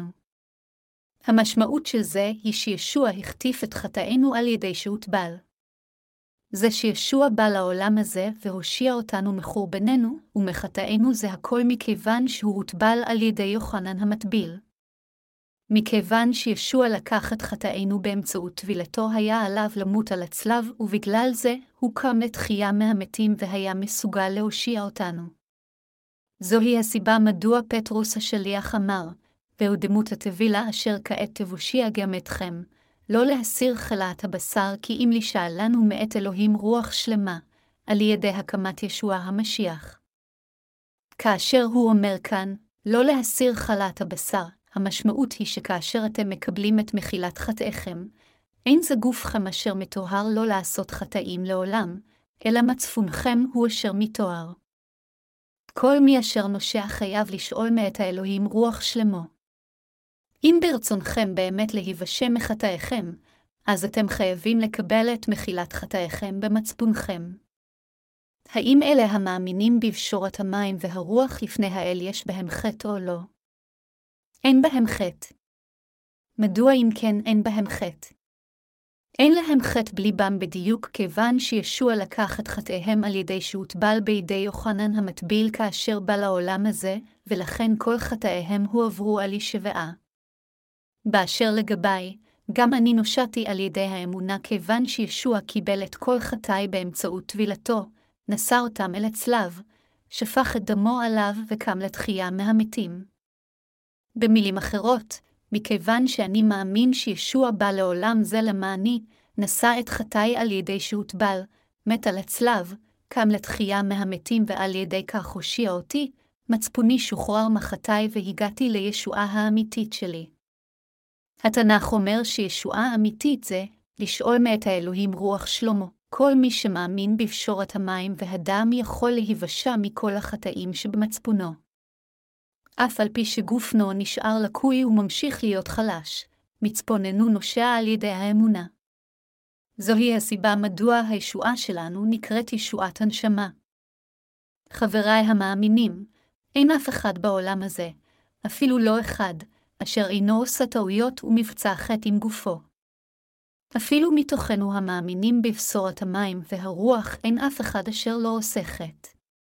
המשמעות של זה היא שישוע החטיף את חטאינו על ידי שהוטבל. זה שישוע בא לעולם הזה והושיע אותנו מחורבננו ומחטאינו זה הכל מכיוון שהוא הוטבל על ידי יוחנן המטביל. מכיוון שישוע לקח את חטאינו באמצעות טבילתו היה עליו למות על הצלב ובגלל זה הוא קם לתחייה מהמתים והיה מסוגל להושיע אותנו. זוהי הסיבה מדוע פטרוס השליח אמר, והוא דמות הטבילה אשר כעת תבושיע גם אתכם, לא להסיר חלאת הבשר כי אם לשאל לנו מאת אלוהים רוח שלמה, על ידי הקמת ישוע המשיח. כאשר הוא אומר כאן, לא להסיר חלאת הבשר, המשמעות היא שכאשר אתם מקבלים את מחילת חטאיכם, אין זה גופכם אשר מטוהר לא לעשות חטאים לעולם, אלא מצפונכם הוא אשר מטוהר. כל מי אשר נושע חייב לשאול מאת האלוהים רוח שלמו. אם ברצונכם באמת להיוושע מחטאיכם, אז אתם חייבים לקבל את מחילת חטאיכם במצפונכם. האם אלה המאמינים בבשורת המים והרוח לפני האל יש בהם חטא או לא? אין בהם חטא. מדוע אם כן אין בהם חטא? אין להם חטא בליבם בדיוק כיוון שישוע לקח את חטאיהם על ידי שהוטבל בידי יוחנן המטביל כאשר בא לעולם הזה, ולכן כל חטאיהם הועברו על ישבעה. באשר לגבי, גם אני נושעתי על ידי האמונה כיוון שישוע קיבל את כל חטאי באמצעות טבילתו, נשא אותם אל הצלב, שפך את דמו עליו וקם לתחייה מהמתים. במילים אחרות, מכיוון שאני מאמין שישוע בא לעולם זה למעני, נשא את חטאי על ידי שהוטבל, מת על הצלב, קם לתחייה מהמתים ועל ידי כך הושיע אותי, מצפוני שוחרר מחטאי והגעתי לישועה האמיתית שלי. התנ"ך אומר שישועה אמיתית זה, לשאול מאת האלוהים רוח שלמה. כל מי שמאמין בבשורת המים והדם יכול להיוושע מכל החטאים שבמצפונו. אף על פי שגופנו נשאר לקוי וממשיך להיות חלש, מצפוננו נושע על ידי האמונה. זוהי הסיבה מדוע הישועה שלנו נקראת ישועת הנשמה. חבריי המאמינים, אין אף אחד בעולם הזה, אפילו לא אחד, אשר אינו עושה טעויות ומבצע חטא עם גופו. אפילו מתוכנו המאמינים בבשורת המים והרוח אין אף אחד אשר לא עושה חטא.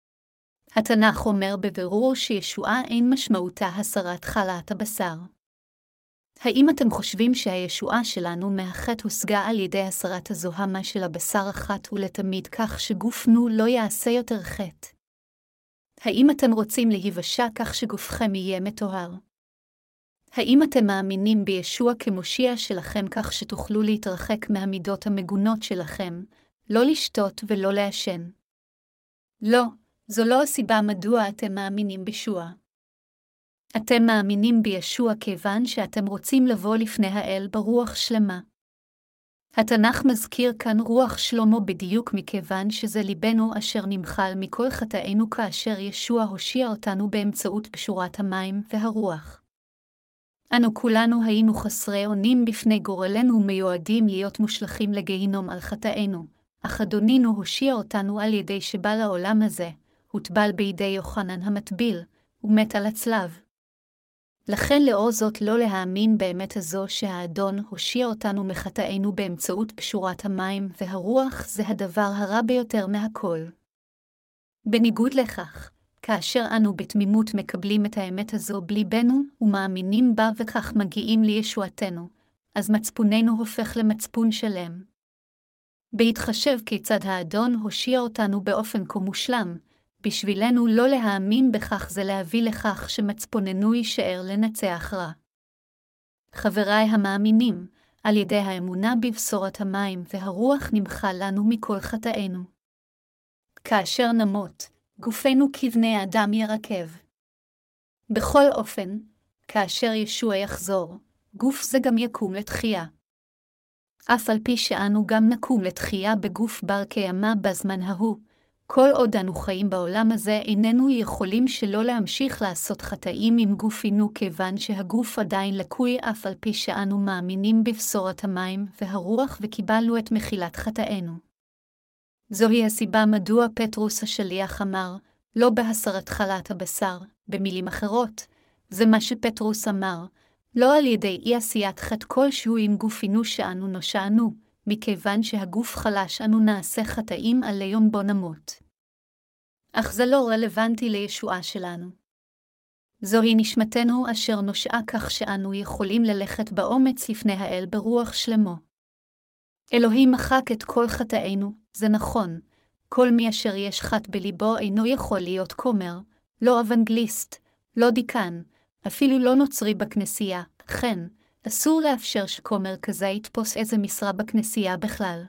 התנ"ך אומר בבירור שישועה אין משמעותה הסרת חלת הבשר. האם אתם חושבים שהישועה שלנו מהחטא הושגה על ידי הסרת הזוהמה של הבשר אחת ולתמיד כך שגופנו לא יעשה יותר חטא? האם אתם רוצים להיוושע כך שגופכם יהיה מטוהר? האם אתם מאמינים בישוע כמושיע שלכם כך שתוכלו להתרחק מהמידות המגונות שלכם, לא לשתות ולא לעשן? לא, זו לא הסיבה מדוע אתם מאמינים בישוע. אתם מאמינים בישוע כיוון שאתם רוצים לבוא לפני האל ברוח שלמה. התנ"ך מזכיר כאן רוח שלמה בדיוק מכיוון שזה ליבנו אשר נמחל מכל חטאינו כאשר ישוע הושיע אותנו באמצעות פשורת המים והרוח. אנו כולנו היינו חסרי אונים בפני גורלנו ומיועדים להיות מושלכים לגיהינום על חטאינו, אך אדונינו הושיע אותנו על ידי שבא לעולם הזה, הוטבל בידי יוחנן המטביל, ומת על הצלב. לכן לאור זאת לא להאמין באמת הזו שהאדון הושיע אותנו מחטאינו באמצעות פשורת המים והרוח זה הדבר הרע ביותר מהכל. בניגוד לכך, כאשר אנו בתמימות מקבלים את האמת הזו בליבנו ומאמינים בה וכך מגיעים לישועתנו, אז מצפוננו הופך למצפון שלם. בהתחשב כיצד האדון הושיע אותנו באופן כה מושלם, בשבילנו לא להאמין בכך זה להביא לכך שמצפוננו יישאר לנצח רע. חבריי המאמינים, על ידי האמונה בבשורת המים והרוח נמחל לנו מכל חטאינו. כאשר נמות, גופנו כבני האדם ירקב. בכל אופן, כאשר ישוע יחזור, גוף זה גם יקום לתחייה. אף על פי שאנו גם נקום לתחייה בגוף בר קיימא בזמן ההוא, כל עוד אנו חיים בעולם הזה איננו יכולים שלא להמשיך לעשות חטאים עם גופינו כיוון שהגוף עדיין לקוי אף על פי שאנו מאמינים בבשורת המים והרוח וקיבלנו את מחילת חטאינו. זוהי הסיבה מדוע פטרוס השליח אמר, לא בהסרת חלת הבשר, במילים אחרות, זה מה שפטרוס אמר, לא על ידי אי עשיית חטא כלשהו עם גופינו שאנו נושענו, מכיוון שהגוף חלש אנו נעשה חטאים על ליום בו נמות. אך זה לא רלוונטי לישועה שלנו. זוהי נשמתנו אשר נושעה כך שאנו יכולים ללכת באומץ לפני האל ברוח שלמו. אלוהים מחק את כל חטאינו, זה נכון, כל מי אשר יש חטא בליבו אינו יכול להיות כומר, לא אוונגליסט, לא דיקן, אפילו לא נוצרי בכנסייה, כן, אסור לאפשר שכומר כזה יתפוס איזה משרה בכנסייה בכלל.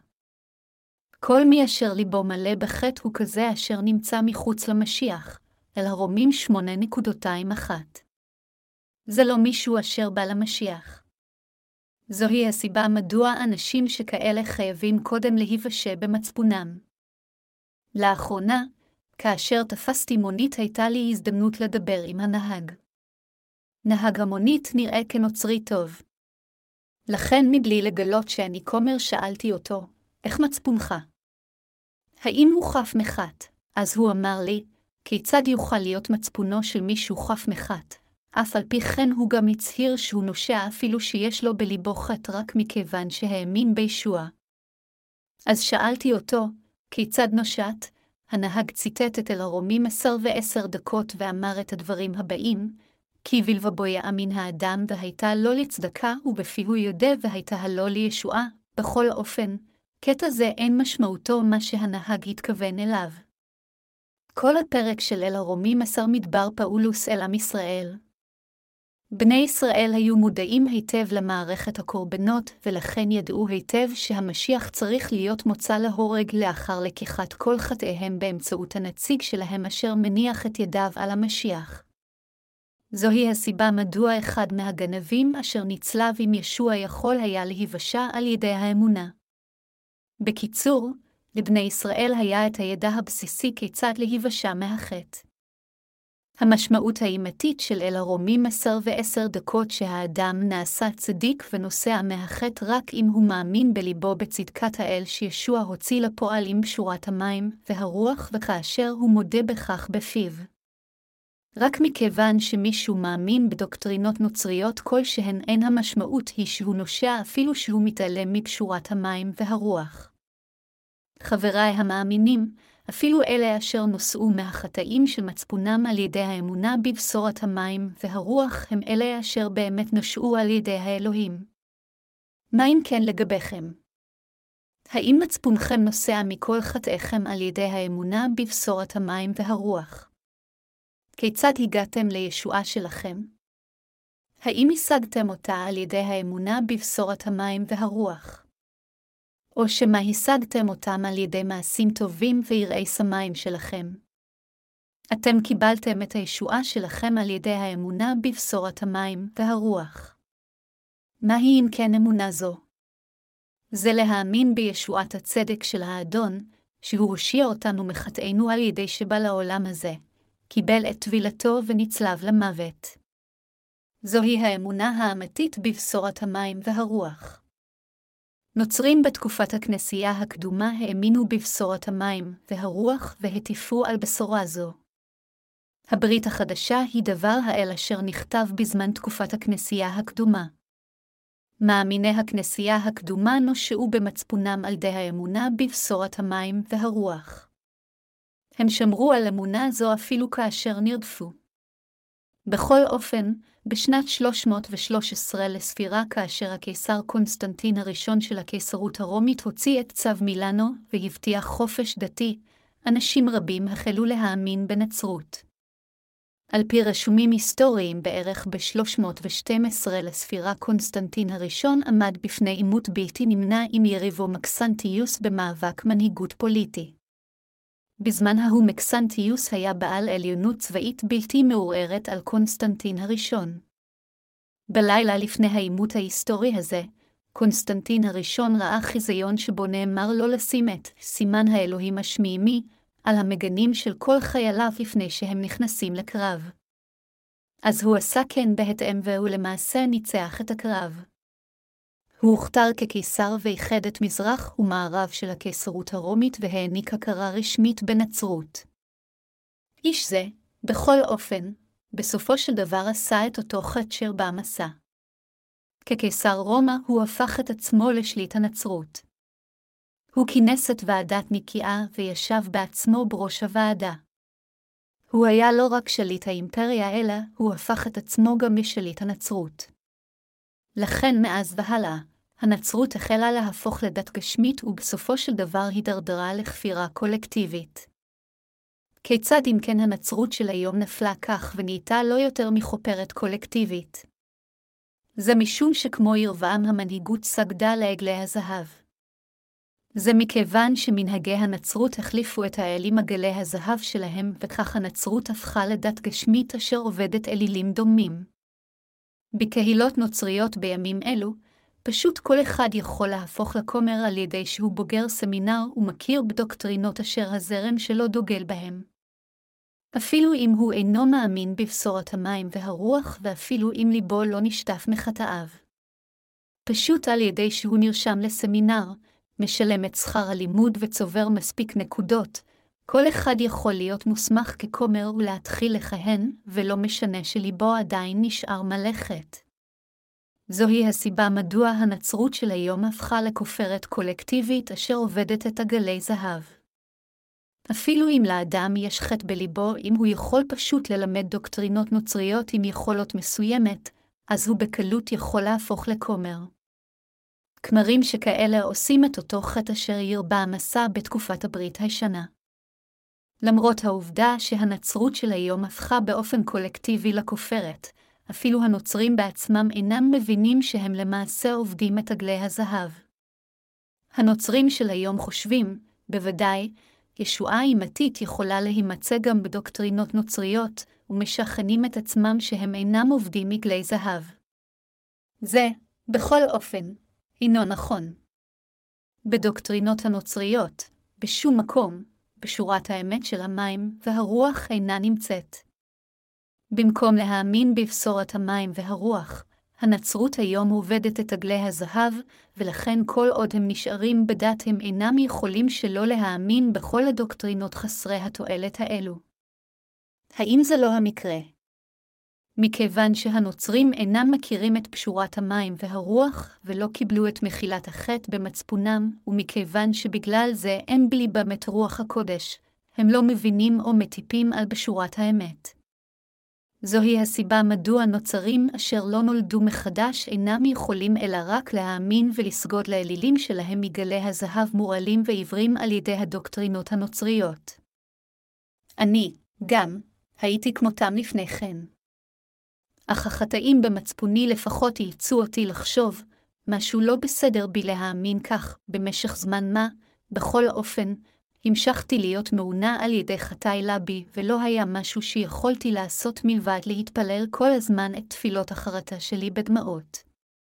כל מי אשר ליבו מלא בחטא הוא כזה אשר נמצא מחוץ למשיח, אל הרומים שמונה נקודותיים אחת. זה לא מישהו אשר בא למשיח. זוהי הסיבה מדוע אנשים שכאלה חייבים קודם להיוושע במצפונם. לאחרונה, כאשר תפסתי מונית הייתה לי הזדמנות לדבר עם הנהג. נהג המונית נראה כנוצרי טוב. לכן מבלי לגלות שאני כומר שאלתי אותו, איך מצפונך? האם הוא חף מחטא? אז הוא אמר לי, כיצד יוכל להיות מצפונו של מישהו חף מחטא? אף על פי כן הוא גם הצהיר שהוא נושע אפילו שיש לו בליבו חטא רק מכיוון שהאמין בישוע. אז שאלתי אותו, כיצד נושעת? הנהג ציטט את אל הרומים עשר ועשר דקות ואמר את הדברים הבאים, כי בלבבו יאמין האדם והייתה לו לצדקה ובפיהו יודה והייתה הלא לישועה, בכל אופן, קטע זה אין משמעותו מה שהנהג התכוון אליו. כל הפרק של אל הרומים עשר מדבר פאולוס אל עם ישראל. בני ישראל היו מודעים היטב למערכת הקורבנות ולכן ידעו היטב שהמשיח צריך להיות מוצא להורג לאחר לקיחת כל חטאיהם באמצעות הנציג שלהם אשר מניח את ידיו על המשיח. זוהי הסיבה מדוע אחד מהגנבים אשר נצלב עם ישוע יכול היה להיוושע על ידי האמונה. בקיצור, לבני ישראל היה את הידע הבסיסי כיצד להיוושע מהחטא. המשמעות האימתית של אל הרומים עשר ועשר דקות שהאדם נעשה צדיק ונוסע מהחטא רק אם הוא מאמין בליבו בצדקת האל שישוע הוציא לפועל עם שורת המים והרוח וכאשר הוא מודה בכך בפיו. רק מכיוון שמישהו מאמין בדוקטרינות נוצריות כלשהן, אין המשמעות היא שהוא נושע אפילו שהוא מתעלם מבשורת המים והרוח. חבריי המאמינים, אפילו אלה אשר נושאו מהחטאים של מצפונם על ידי האמונה בבשורת המים והרוח, הם אלה אשר באמת נושעו על ידי האלוהים. מה אם כן לגביכם? האם מצפונכם נוסע מכל חטאיכם על ידי האמונה בבשורת המים והרוח? כיצד הגעתם לישועה שלכם? האם השגתם אותה על ידי האמונה בבשורת המים והרוח? או שמה השגתם אותם על ידי מעשים טובים ויראי שמיים שלכם? אתם קיבלתם את הישועה שלכם על ידי האמונה בבשורת המים והרוח. מהי אם כן אמונה זו? זה להאמין בישועת הצדק של האדון, שהוא הושיע אותנו מחטאינו על ידי שבא לעולם הזה, קיבל את טבילתו ונצלב למוות. זוהי האמונה האמיתית בבשורת המים והרוח. נוצרים בתקופת הכנסייה הקדומה האמינו בבשורת המים והרוח והטיפו על בשורה זו. הברית החדשה היא דבר האל אשר נכתב בזמן תקופת הכנסייה הקדומה. מאמיני הכנסייה הקדומה נושעו במצפונם על ידי האמונה בבשורת המים והרוח. הם שמרו על אמונה זו אפילו כאשר נרדפו. בכל אופן, בשנת שלוש מאות ושלוש עשרה לספירה, כאשר הקיסר קונסטנטין הראשון של הקיסרות הרומית הוציא את צו מילאנו והבטיח חופש דתי, אנשים רבים החלו להאמין בנצרות. על פי רשומים היסטוריים, בערך ב-שלוש מאות ושתים עשרה לספירה, קונסטנטין הראשון עמד בפני עימות בלתי נמנע עם יריבו מקסנטיוס במאבק מנהיגות פוליטי. בזמן ההוא מקסנטיוס היה בעל עליונות צבאית בלתי מעורערת על קונסטנטין הראשון. בלילה לפני העימות ההיסטורי הזה, קונסטנטין הראשון ראה חיזיון שבו נאמר לא לשים את סימן האלוהים השמימי על המגנים של כל חייליו לפני שהם נכנסים לקרב. אז הוא עשה כן בהתאם, והוא למעשה ניצח את הקרב. הוא הוכתר כקיסר ואיחד את מזרח ומערב של הקיסרות הרומית והעניק הכרה רשמית בנצרות. איש זה, בכל אופן, בסופו של דבר עשה את אותו חטא במסע. כקיסר רומא הוא הפך את עצמו לשליט הנצרות. הוא כינס את ועדת ניקאה וישב בעצמו בראש הוועדה. הוא היה לא רק שליט האימפריה, אלא הוא הפך את עצמו גם לשליט הנצרות. לכן מאז והלאה, הנצרות החלה להפוך לדת גשמית ובסופו של דבר הידרדרה לכפירה קולקטיבית. כיצד אם כן הנצרות של היום נפלה כך ונהייתה לא יותר מחופרת קולקטיבית? זה משום שכמו ירבעם המנהיגות סגדה לעגלי הזהב. זה מכיוון שמנהגי הנצרות החליפו את האלים עגלי הזהב שלהם, וכך הנצרות הפכה לדת גשמית אשר עובדת אלילים דומים. בקהילות נוצריות בימים אלו, פשוט כל אחד יכול להפוך לכומר על ידי שהוא בוגר סמינר ומכיר בדוקטרינות אשר הזרם שלו דוגל בהם. אפילו אם הוא אינו מאמין בבשורת המים והרוח, ואפילו אם ליבו לא נשטף מחטאיו. פשוט על ידי שהוא נרשם לסמינר, משלם את שכר הלימוד וצובר מספיק נקודות, כל אחד יכול להיות מוסמך ככומר ולהתחיל לכהן, ולא משנה שליבו עדיין נשאר מלאכת. זוהי הסיבה מדוע הנצרות של היום הפכה לכופרת קולקטיבית אשר עובדת את עגלי זהב. אפילו אם לאדם יש חטא בליבו, אם הוא יכול פשוט ללמד דוקטרינות נוצריות עם יכולות מסוימת, אז הוא בקלות יכול להפוך לכומר. כמרים שכאלה עושים את אותו חטא אשר ירבע המסע בתקופת הברית הישנה. למרות העובדה שהנצרות של היום הפכה באופן קולקטיבי לכופרת, אפילו הנוצרים בעצמם אינם מבינים שהם למעשה עובדים את עגלי הזהב. הנוצרים של היום חושבים, בוודאי, ישועה אימתית יכולה להימצא גם בדוקטרינות נוצריות, ומשכנעים את עצמם שהם אינם עובדים עגלי זהב. זה, בכל אופן, אינו נכון. בדוקטרינות הנוצריות, בשום מקום, בשורת האמת של המים והרוח אינה נמצאת. במקום להאמין בבשורת המים והרוח, הנצרות היום עובדת את עגלי הזהב, ולכן כל עוד הם נשארים בדת הם אינם יכולים שלא להאמין בכל הדוקטרינות חסרי התועלת האלו. האם זה לא המקרה? מכיוון שהנוצרים אינם מכירים את פשורת המים והרוח ולא קיבלו את מחילת החטא במצפונם, ומכיוון שבגלל זה אין בליבם את רוח הקודש, הם לא מבינים או מטיפים על פשורת האמת. זוהי הסיבה מדוע נוצרים אשר לא נולדו מחדש אינם יכולים אלא רק להאמין ולסגוד לאלילים שלהם מגלי הזהב מורעלים ועיוורים על ידי הדוקטרינות הנוצריות. אני, גם, הייתי כמותם לפני כן. אך החטאים במצפוני לפחות אילצו אותי לחשוב, משהו לא בסדר בי להאמין כך, במשך זמן מה, בכל אופן, המשכתי להיות מעונה על ידי חטאי לבי, ולא היה משהו שיכולתי לעשות מלבד להתפלל כל הזמן את תפילות החרטה שלי בדמעות.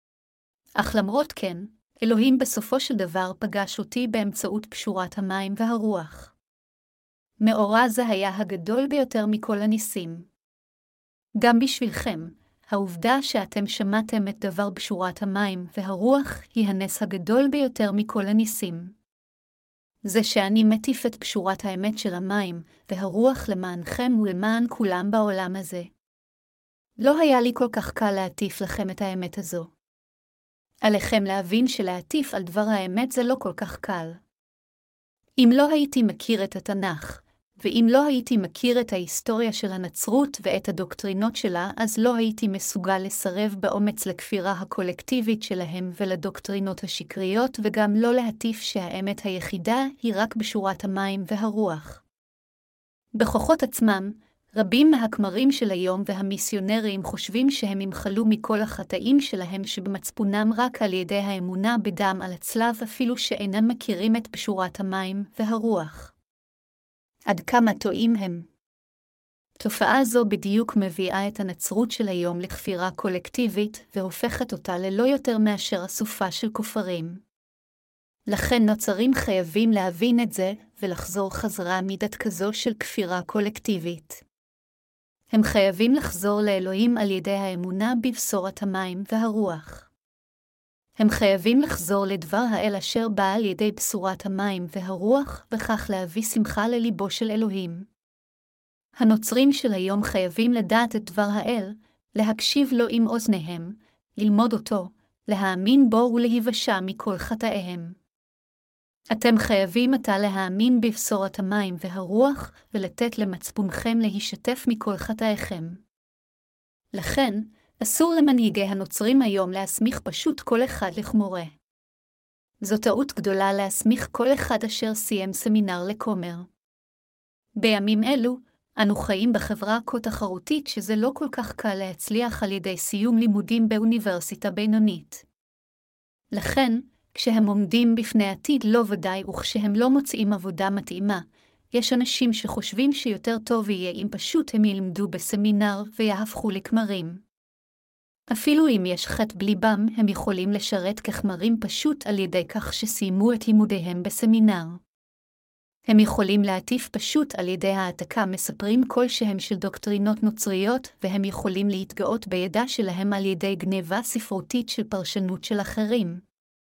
אך למרות כן, אלוהים בסופו של דבר פגש אותי באמצעות פשורת המים והרוח. מאורע זה היה הגדול ביותר מכל הניסים. גם בשבילכם, העובדה שאתם שמעתם את דבר פשורת המים והרוח היא הנס הגדול ביותר מכל הניסים. זה שאני מטיף את פשורת האמת של המים והרוח למענכם ולמען כולם בעולם הזה. לא היה לי כל כך קל להטיף לכם את האמת הזו. עליכם להבין שלהטיף על דבר האמת זה לא כל כך קל. אם לא הייתי מכיר את התנ"ך, ואם לא הייתי מכיר את ההיסטוריה של הנצרות ואת הדוקטרינות שלה, אז לא הייתי מסוגל לסרב באומץ לכפירה הקולקטיבית שלהם ולדוקטרינות השקריות, וגם לא להטיף שהאמת היחידה היא רק בשורת המים והרוח. בכוחות עצמם, רבים מהכמרים של היום והמיסיונרים חושבים שהם ימחלו מכל החטאים שלהם שבמצפונם רק על ידי האמונה בדם על הצלב, אפילו שאינם מכירים את בשורת המים והרוח. עד כמה טועים הם. תופעה זו בדיוק מביאה את הנצרות של היום לכפירה קולקטיבית והופכת אותה ללא יותר מאשר אסופה של כופרים. לכן נוצרים חייבים להבין את זה ולחזור חזרה מידת כזו של כפירה קולקטיבית. הם חייבים לחזור לאלוהים על ידי האמונה בבשורת המים והרוח. הם חייבים לחזור לדבר האל אשר בא על ידי בשורת המים והרוח, וכך להביא שמחה לליבו של אלוהים. הנוצרים של היום חייבים לדעת את דבר האל, להקשיב לו עם אוזניהם, ללמוד אותו, להאמין בו ולהיוושע מכל חטאיהם. אתם חייבים עתה להאמין בבשורת המים והרוח, ולתת למצפונכם להישתף מכל חטאיכם. לכן, אסור למנהיגי הנוצרים היום להסמיך פשוט כל אחד לכמורה. זו טעות גדולה להסמיך כל אחד אשר סיים סמינר לכומר. בימים אלו, אנו חיים בחברה כה תחרותית שזה לא כל כך קל להצליח על ידי סיום לימודים באוניברסיטה בינונית. לכן, כשהם עומדים בפני עתיד לא ודאי וכשהם לא מוצאים עבודה מתאימה, יש אנשים שחושבים שיותר טוב יהיה אם פשוט הם ילמדו בסמינר ויהפכו לכמרים. אפילו אם יש חטא בליבם, הם יכולים לשרת ככמרים פשוט על ידי כך שסיימו את לימודיהם בסמינר. הם יכולים להטיף פשוט על ידי העתקה מספרים כלשהם של דוקטרינות נוצריות, והם יכולים להתגאות בידע שלהם על ידי גניבה ספרותית של פרשנות של אחרים.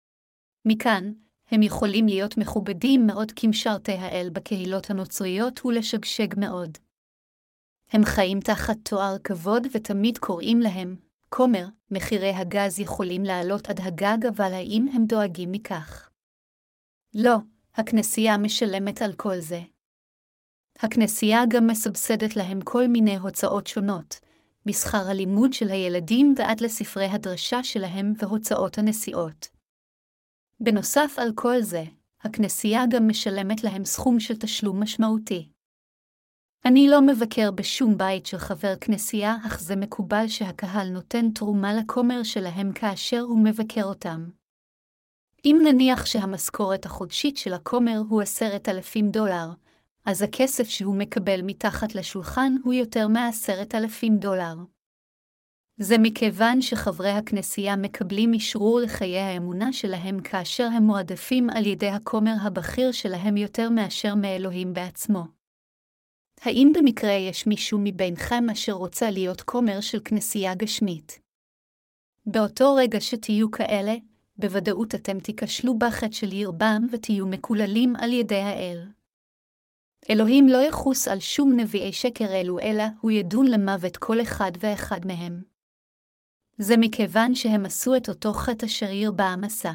מכאן, הם יכולים להיות מכובדים מאוד כמשרתי האל בקהילות הנוצריות ולשגשג מאוד. הם חיים תחת תואר כבוד ותמיד קוראים להם כומר. מחירי הגז יכולים לעלות עד הגג, אבל האם הם דואגים מכך? לא, הכנסייה משלמת על כל זה. הכנסייה גם מסבסדת להם כל מיני הוצאות שונות, משכר הלימוד של הילדים ועד לספרי הדרשה שלהם והוצאות הנסיעות. בנוסף על כל זה, הכנסייה גם משלמת להם סכום של תשלום משמעותי. אני לא מבקר בשום בית של חבר כנסייה, אך זה מקובל שהקהל נותן תרומה לכומר שלהם כאשר הוא מבקר אותם. אם נניח שהמשכורת החודשית של הכומר הוא עשרת אלפים דולר, אז הכסף שהוא מקבל מתחת לשולחן הוא יותר מעשרת אלפים דולר. זה מכיוון שחברי הכנסייה מקבלים אישרור לחיי האמונה שלהם כאשר הם מועדפים על ידי הכומר הבכיר שלהם יותר מאשר מאלוהים בעצמו. האם במקרה יש מישהו מבינכם אשר רוצה להיות כומר של כנסייה גשמית? באותו רגע שתהיו כאלה, בוודאות אתם תיכשלו בחטא של ירבעם ותהיו מקוללים על ידי האל. אלוהים לא יחוס על שום נביאי שקר אלו, אלא הוא ידון למוות כל אחד ואחד מהם. זה מכיוון שהם עשו את אותו חטא אשר ירבעם עשה.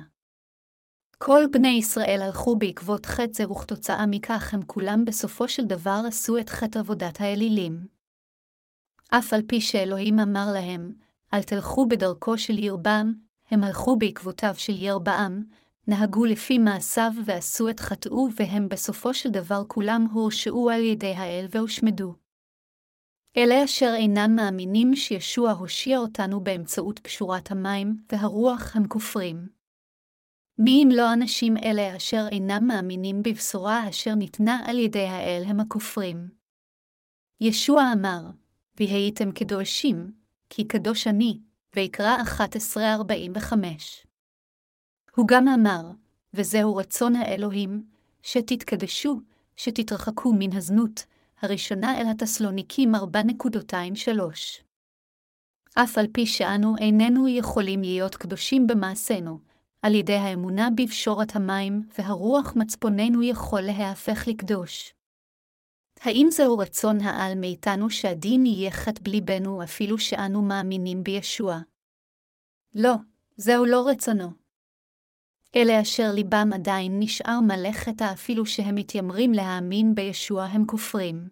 כל בני ישראל הלכו בעקבות חטא זה, וכתוצאה מכך הם כולם בסופו של דבר עשו את חטא עבודת האלילים. אף על פי שאלוהים אמר להם, אל תלכו בדרכו של ירבעם, הם הלכו בעקבותיו של ירבעם, נהגו לפי מעשיו ועשו את חטאו, והם בסופו של דבר כולם הורשעו על ידי האל והושמדו. אלה אשר אינם מאמינים שישוע הושיע אותנו באמצעות פשורת המים והרוח הם כופרים. מי אם לא אנשים אלה אשר אינם מאמינים בבשורה אשר ניתנה על ידי האל הם הכופרים. ישוע אמר, והייתם קדושים, כי קדוש אני, ויקרא אחת עשרה ארבעים וחמש. הוא גם אמר, וזהו רצון האלוהים, שתתקדשו, שתתרחקו מן הזנות, הראשונה אל התסלוניקים ארבע שלוש. אף על פי שאנו איננו יכולים להיות קדושים במעשינו, על ידי האמונה בפשורת המים והרוח מצפוננו יכול להפך לקדוש. האם זהו רצון העל מאיתנו שהדין יהיה חטא בליבנו אפילו שאנו מאמינים בישוע? לא, זהו לא רצונו. אלה אשר ליבם עדיין נשאר מלא חטא אפילו שהם מתיימרים להאמין בישוע הם כופרים.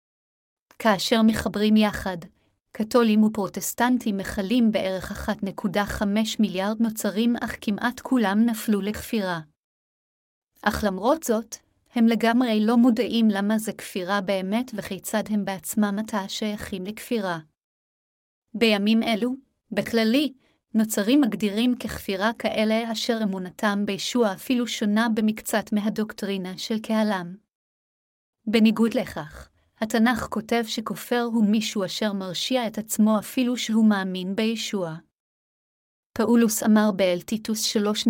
כאשר מחברים יחד, קתולים ופרוטסטנטים מכלים בערך אחת נקודה חמש מיליארד נוצרים, אך כמעט כולם נפלו לכפירה. אך למרות זאת, הם לגמרי לא מודעים למה זה כפירה באמת וכיצד הם בעצמם עתה שייכים לכפירה. בימים אלו, בכללי, נוצרים מגדירים ככפירה כאלה אשר אמונתם בישוע אפילו שונה במקצת מהדוקטרינה של קהלם. בניגוד לכך, התנ"ך כותב שכופר הוא מישהו אשר מרשיע את עצמו אפילו שהוא מאמין בישוע. פאולוס אמר באל טיטוס שלוש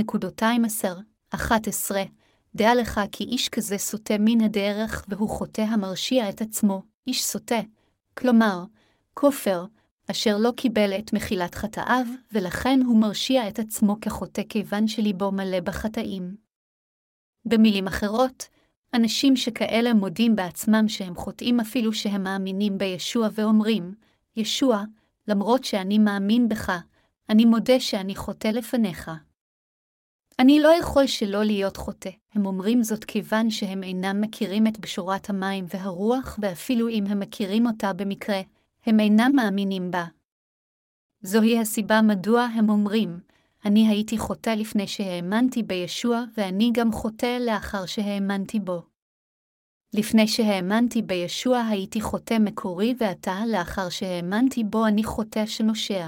אחת עשרה, דע לך כי איש כזה סוטה מן הדרך והוא חוטא המרשיע את עצמו, איש סוטה, כלומר, כופר, אשר לא קיבל את מחילת חטאיו, ולכן הוא מרשיע את עצמו כחוטא כיוון שליבו מלא בחטאים. במילים אחרות, אנשים שכאלה מודים בעצמם שהם חוטאים אפילו שהם מאמינים בישוע ואומרים, ישוע, למרות שאני מאמין בך, אני מודה שאני חוטא לפניך. אני לא יכול שלא להיות חוטא. הם אומרים זאת כיוון שהם אינם מכירים את בשורת המים והרוח, ואפילו אם הם מכירים אותה במקרה, הם אינם מאמינים בה. זוהי הסיבה מדוע הם אומרים, אני הייתי חוטא לפני שהאמנתי בישוע, ואני גם חוטא לאחר שהאמנתי בו. לפני שהאמנתי בישוע הייתי חוטא מקורי, ועתה לאחר שהאמנתי בו אני חוטא שנושע.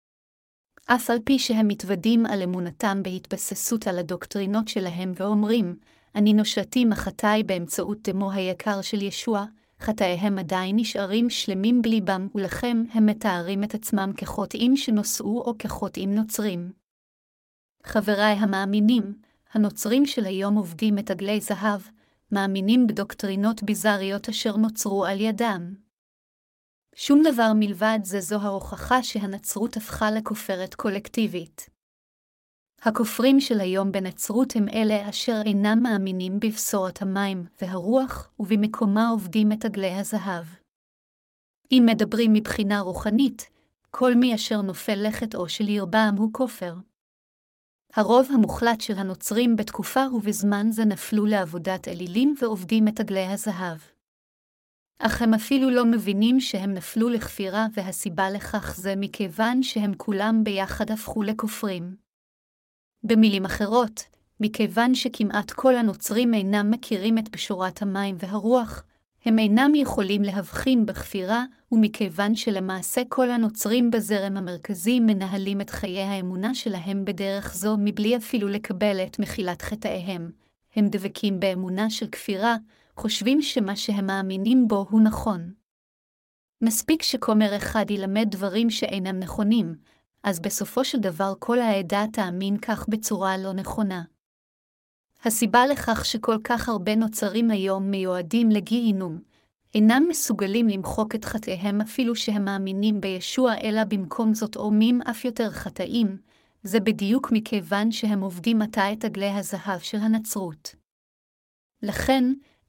אף על פי שהם מתוודים על אמונתם בהתבססות על הדוקטרינות שלהם ואומרים, אני נושעתי מחטאי באמצעות דמו היקר של ישוע, חטאיהם עדיין נשארים שלמים בליבם, ולכם הם מתארים את עצמם כחוטאים שנושאו או כחוטאים נוצרים. חבריי המאמינים, הנוצרים של היום עובדים את עגלי זהב, מאמינים בדוקטרינות ביזריות אשר נוצרו על ידם. שום דבר מלבד זה זו ההוכחה שהנצרות הפכה לכופרת קולקטיבית. הכופרים של היום בנצרות הם אלה אשר אינם מאמינים בבשורת המים והרוח, ובמקומה עובדים את עגלי הזהב. אם מדברים מבחינה רוחנית, כל מי אשר נופל לחטאו של ירבעם הוא כופר. הרוב המוחלט של הנוצרים בתקופה ובזמן זה נפלו לעבודת אלילים ועובדים את עגלי הזהב. אך הם אפילו לא מבינים שהם נפלו לכפירה, והסיבה לכך זה מכיוון שהם כולם ביחד הפכו לכופרים. במילים אחרות, מכיוון שכמעט כל הנוצרים אינם מכירים את בשורת המים והרוח, הם אינם יכולים להבחין בכפירה, ומכיוון שלמעשה כל הנוצרים בזרם המרכזי מנהלים את חיי האמונה שלהם בדרך זו מבלי אפילו לקבל את מחילת חטאיהם, הם דבקים באמונה של כפירה, חושבים שמה שהם מאמינים בו הוא נכון. מספיק שכומר אחד ילמד דברים שאינם נכונים, אז בסופו של דבר כל העדה תאמין כך בצורה לא נכונה. הסיבה לכך שכל כך הרבה נוצרים היום מיועדים לגיהינום, אינם מסוגלים למחוק את חטאיהם אפילו שהם מאמינים בישוע, אלא במקום זאת עורמים אף יותר חטאים, זה בדיוק מכיוון שהם עובדים עתה את עגלי הזהב של הנצרות. לכן,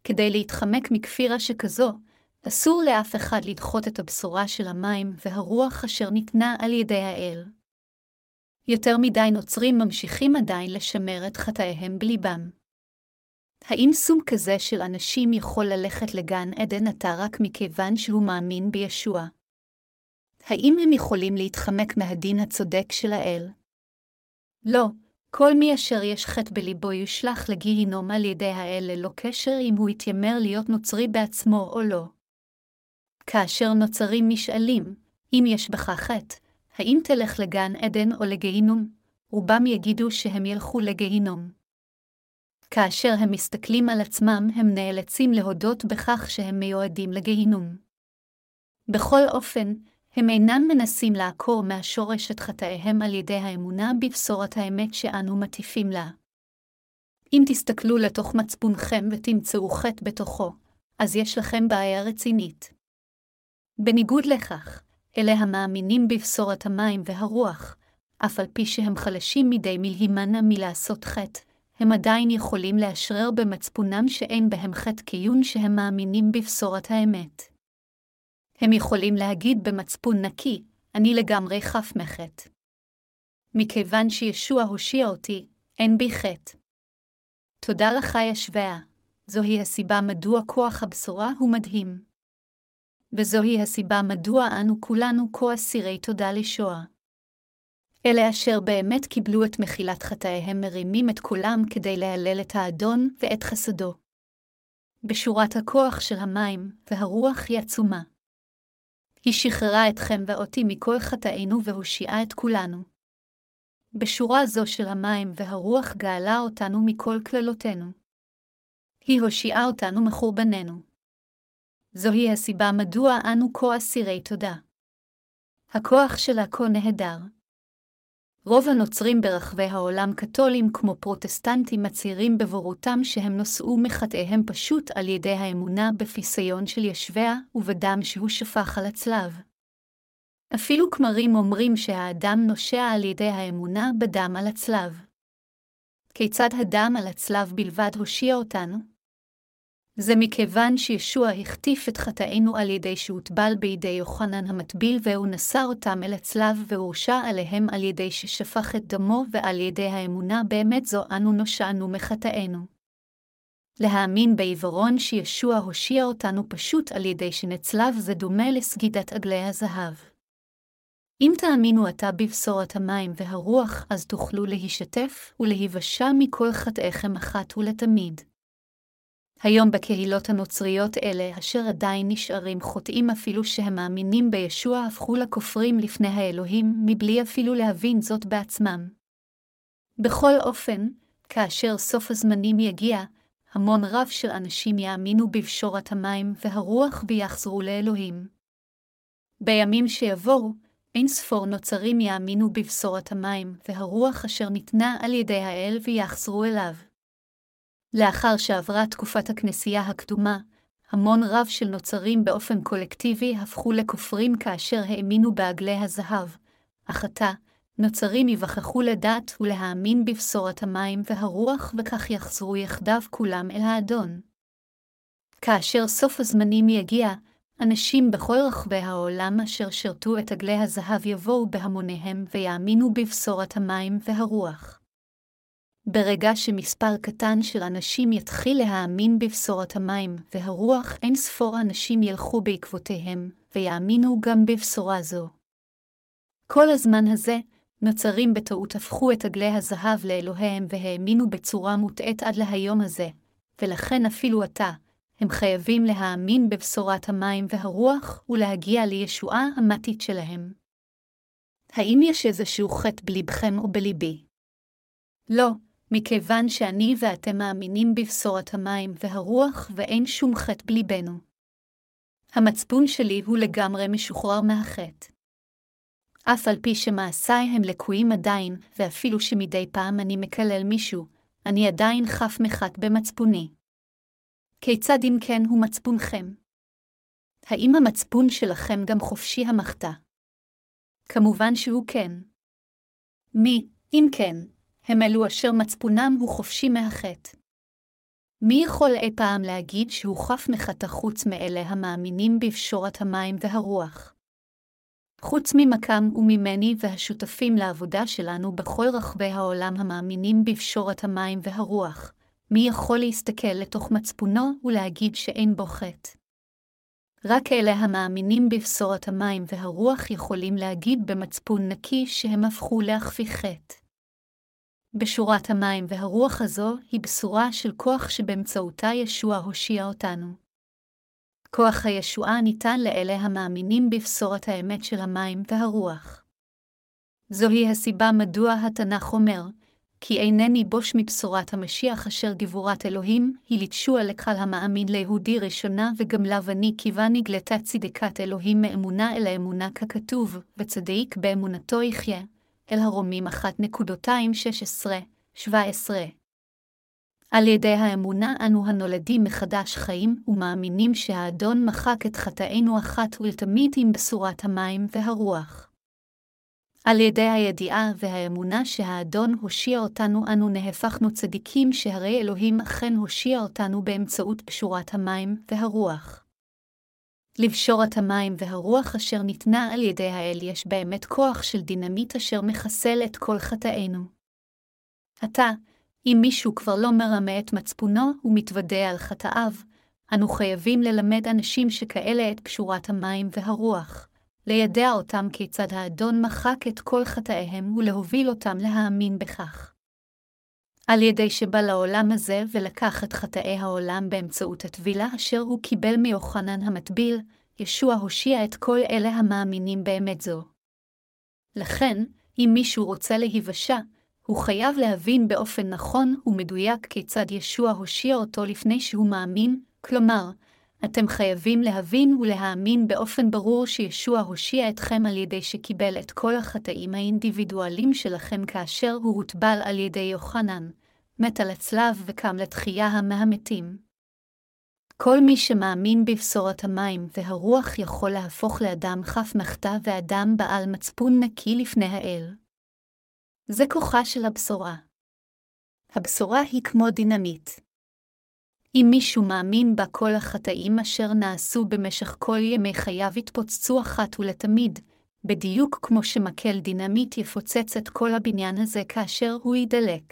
כדי להתחמק מכפירה שכזו, אסור לאף אחד לדחות את הבשורה של המים והרוח אשר ניתנה על ידי האל. יותר מדי נוצרים ממשיכים עדיין לשמר את חטאיהם בליבם. האם סוג כזה של אנשים יכול ללכת לגן עדן עתה רק מכיוון שהוא מאמין בישוע? האם הם יכולים להתחמק מהדין הצודק של האל? לא, כל מי אשר יש חטא בליבו יושלך לגיהינום על ידי האל ללא קשר אם הוא יתיימר להיות נוצרי בעצמו או לא. כאשר נוצרים משאלים, אם יש בך חטא, האם תלך לגן עדן או לגיהינום? רובם יגידו שהם ילכו לגיהינום. כאשר הם מסתכלים על עצמם, הם נאלצים להודות בכך שהם מיועדים לגיהינום. בכל אופן, הם אינם מנסים לעקור מהשורש את חטאיהם על ידי האמונה בבשורת האמת שאנו מטיפים לה. אם תסתכלו לתוך מצפונכם ותמצאו חטא בתוכו, אז יש לכם בעיה רצינית. בניגוד לכך, אלה המאמינים בבשורת המים והרוח, אף על פי שהם חלשים מדי מלהימנע מלעשות חטא, הם עדיין יכולים לאשרר במצפונם שאין בהם חטא קיון שהם מאמינים בבשורת האמת. הם יכולים להגיד במצפון נקי, אני לגמרי חף מחטא. מכיוון שישוע הושיע אותי, אין בי חטא. תודה לך ישוע, זוהי הסיבה מדוע כוח הבשורה הוא מדהים. וזוהי הסיבה מדוע אנו כולנו כה אסירי תודה לישוע. אלה אשר באמת קיבלו את מחילת חטאיהם מרימים את קולם כדי להלל את האדון ואת חסדו. בשורת הכוח של המים והרוח היא עצומה. היא שחררה אתכם ואותי מכל חטאינו והושיעה את כולנו. בשורה זו של המים והרוח גאלה אותנו מכל כללותינו. היא הושיעה אותנו מחורבננו. זוהי הסיבה מדוע אנו כה אסירי תודה. הכוח שלה כה נהדר. רוב הנוצרים ברחבי העולם קתולים כמו פרוטסטנטים מצהירים בבורותם שהם נושאו מחטאיהם פשוט על ידי האמונה בפיסיון של ישוע ובדם שהוא שפך על הצלב. אפילו כמרים אומרים שהאדם נושע על ידי האמונה בדם על הצלב. כיצד הדם על הצלב בלבד הושיע אותנו? זה מכיוון שישוע החטיף את חטאינו על ידי שהוטבל בידי יוחנן המטביל והוא נשא אותם אל הצלב והורשע עליהם על ידי ששפך את דמו ועל ידי האמונה באמת זו אנו נושענו מחטאינו. להאמין בעיוורון שישוע הושיע אותנו פשוט על ידי שנצלב זה דומה לסגידת עגלי הזהב. אם תאמינו עתה בבשורת המים והרוח אז תוכלו להישתף ולהיוושע מכל חטאיכם אחת ולתמיד. היום בקהילות הנוצריות אלה אשר עדיין נשארים חוטאים אפילו שהם מאמינים בישוע הפכו לכופרים לפני האלוהים מבלי אפילו להבין זאת בעצמם. בכל אופן, כאשר סוף הזמנים יגיע, המון רב של אנשים יאמינו בבשורת המים והרוח ויחזרו לאלוהים. בימים שיבואו, אין ספור נוצרים יאמינו בבשורת המים והרוח אשר ניתנה על ידי האל ויחזרו אליו. לאחר שעברה תקופת הכנסייה הקדומה, המון רב של נוצרים באופן קולקטיבי הפכו לכופרים כאשר האמינו בעגלי הזהב, אך עתה, נוצרים יווכחו לדעת ולהאמין בבשורת המים והרוח וכך יחזרו יחדיו כולם אל האדון. כאשר סוף הזמנים יגיע, אנשים בכל רחבי העולם אשר שרתו את עגלי הזהב יבואו בהמוניהם ויאמינו בבשורת המים והרוח. ברגע שמספר קטן של אנשים יתחיל להאמין בבשורת המים והרוח, אין ספור אנשים ילכו בעקבותיהם ויאמינו גם בבשורה זו. כל הזמן הזה, נוצרים בטעות הפכו את עגלי הזהב לאלוהיהם והאמינו בצורה מוטעית עד להיום הזה, ולכן אפילו עתה, הם חייבים להאמין בבשורת המים והרוח ולהגיע לישועה האמיתית שלהם. האם יש איזשהו חטא בליבכם או בליבי? לא, מכיוון שאני ואתם מאמינים בבשורת המים והרוח ואין שום חטא בליבנו. המצפון שלי הוא לגמרי משוחרר מהחטא. אף על פי שמעשיי הם לקויים עדיין, ואפילו שמדי פעם אני מקלל מישהו, אני עדיין חף מחטא במצפוני. כיצד אם כן הוא מצפונכם? האם המצפון שלכם גם חופשי המחטא? כמובן שהוא כן. מי, אם כן, הם אלו אשר מצפונם הוא חופשי מהחטא. מי יכול אי פעם להגיד שהוא חף מחטא חוץ מאלה המאמינים בפשורת המים והרוח? חוץ ממקם וממני והשותפים לעבודה שלנו בכל רחבי העולם המאמינים בפשורת המים והרוח, מי יכול להסתכל לתוך מצפונו ולהגיד שאין בו חטא? רק אלה המאמינים בבשורת המים והרוח יכולים להגיד במצפון נקי שהם הפכו להחפיא חטא. בשורת המים והרוח הזו היא בשורה של כוח שבאמצעותה ישוע הושיע אותנו. כוח הישועה ניתן לאלה המאמינים בבשורת האמת של המים והרוח. זוהי הסיבה מדוע התנ"ך אומר, כי אינני בוש מבשורת המשיח אשר גבורת אלוהים היא לתשוע לקהל המאמין ליהודי ראשונה וגמלה ואני כיוון נגלתה צדקת אלוהים מאמונה אל האמונה ככתוב, וצדיק באמונתו יחיה, אל הרומים אחת שש עשרה שבע עשרה. על ידי האמונה אנו הנולדים מחדש חיים ומאמינים שהאדון מחק את חטאינו אחת ולתמיד עם בשורת המים והרוח. על ידי הידיעה והאמונה שהאדון הושיע אותנו אנו נהפכנו צדיקים שהרי אלוהים אכן הושיע אותנו באמצעות בשורת המים והרוח. לבשורת המים והרוח אשר ניתנה על ידי האל יש באמת כוח של דינמיט אשר מחסל את כל חטאינו. עתה, אם מישהו כבר לא מרמה את מצפונו ומתוודה על חטאיו, אנו חייבים ללמד אנשים שכאלה את בשורת המים והרוח, לידע אותם כיצד האדון מחק את כל חטאיהם ולהוביל אותם להאמין בכך. על ידי שבא לעולם הזה ולקח את חטאי העולם באמצעות הטבילה אשר הוא קיבל מיוחנן המטביל, ישוע הושיע את כל אלה המאמינים באמת זו. לכן, אם מישהו רוצה להיוושע, הוא חייב להבין באופן נכון ומדויק כיצד ישוע הושיע אותו לפני שהוא מאמין, כלומר, אתם חייבים להבין ולהאמין באופן ברור שישוע הושיע אתכם על ידי שקיבל את כל החטאים האינדיבידואליים שלכם כאשר הוא הוטבל על ידי יוחנן, מת על הצלב וקם לתחייה מהמתים. כל מי שמאמין בבשורת המים והרוח יכול להפוך לאדם חף מחטא ואדם בעל מצפון נקי לפני האל. זה כוחה של הבשורה. הבשורה היא כמו דינמיט. אם מישהו מאמין בה כל החטאים אשר נעשו במשך כל ימי חייו יתפוצצו אחת ולתמיד, בדיוק כמו שמקל דינמיט יפוצץ את כל הבניין הזה כאשר הוא ידלק.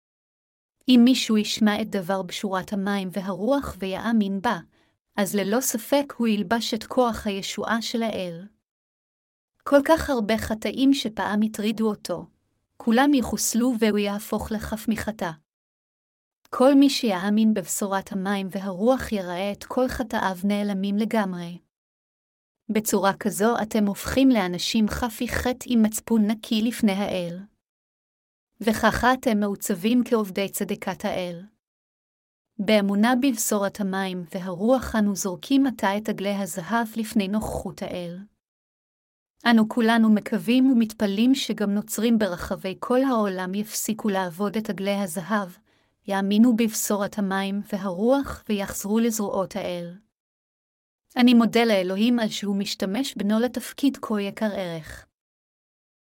אם מישהו ישמע את דבר בשורת המים והרוח ויאמין בה, אז ללא ספק הוא ילבש את כוח הישועה של האל. כל כך הרבה חטאים שפעם הטרידו אותו, כולם יחוסלו והוא יהפוך לחף מחטא. כל מי שיאמין בבשורת המים והרוח יראה את כל חטאיו נעלמים לגמרי. בצורה כזו אתם הופכים לאנשים חפי חטא עם מצפון נקי לפני האל. וככה אתם מעוצבים כעובדי צדקת האל. באמונה בבשורת המים והרוח אנו זורקים עתה את עגלי הזהב לפני נוכחות האל. אנו כולנו מקווים ומתפללים שגם נוצרים ברחבי כל העולם יפסיקו לעבוד את עגלי הזהב, יאמינו בבשורת המים והרוח ויחזרו לזרועות האל. אני מודה לאלוהים על שהוא משתמש בנו לתפקיד כה יקר ערך.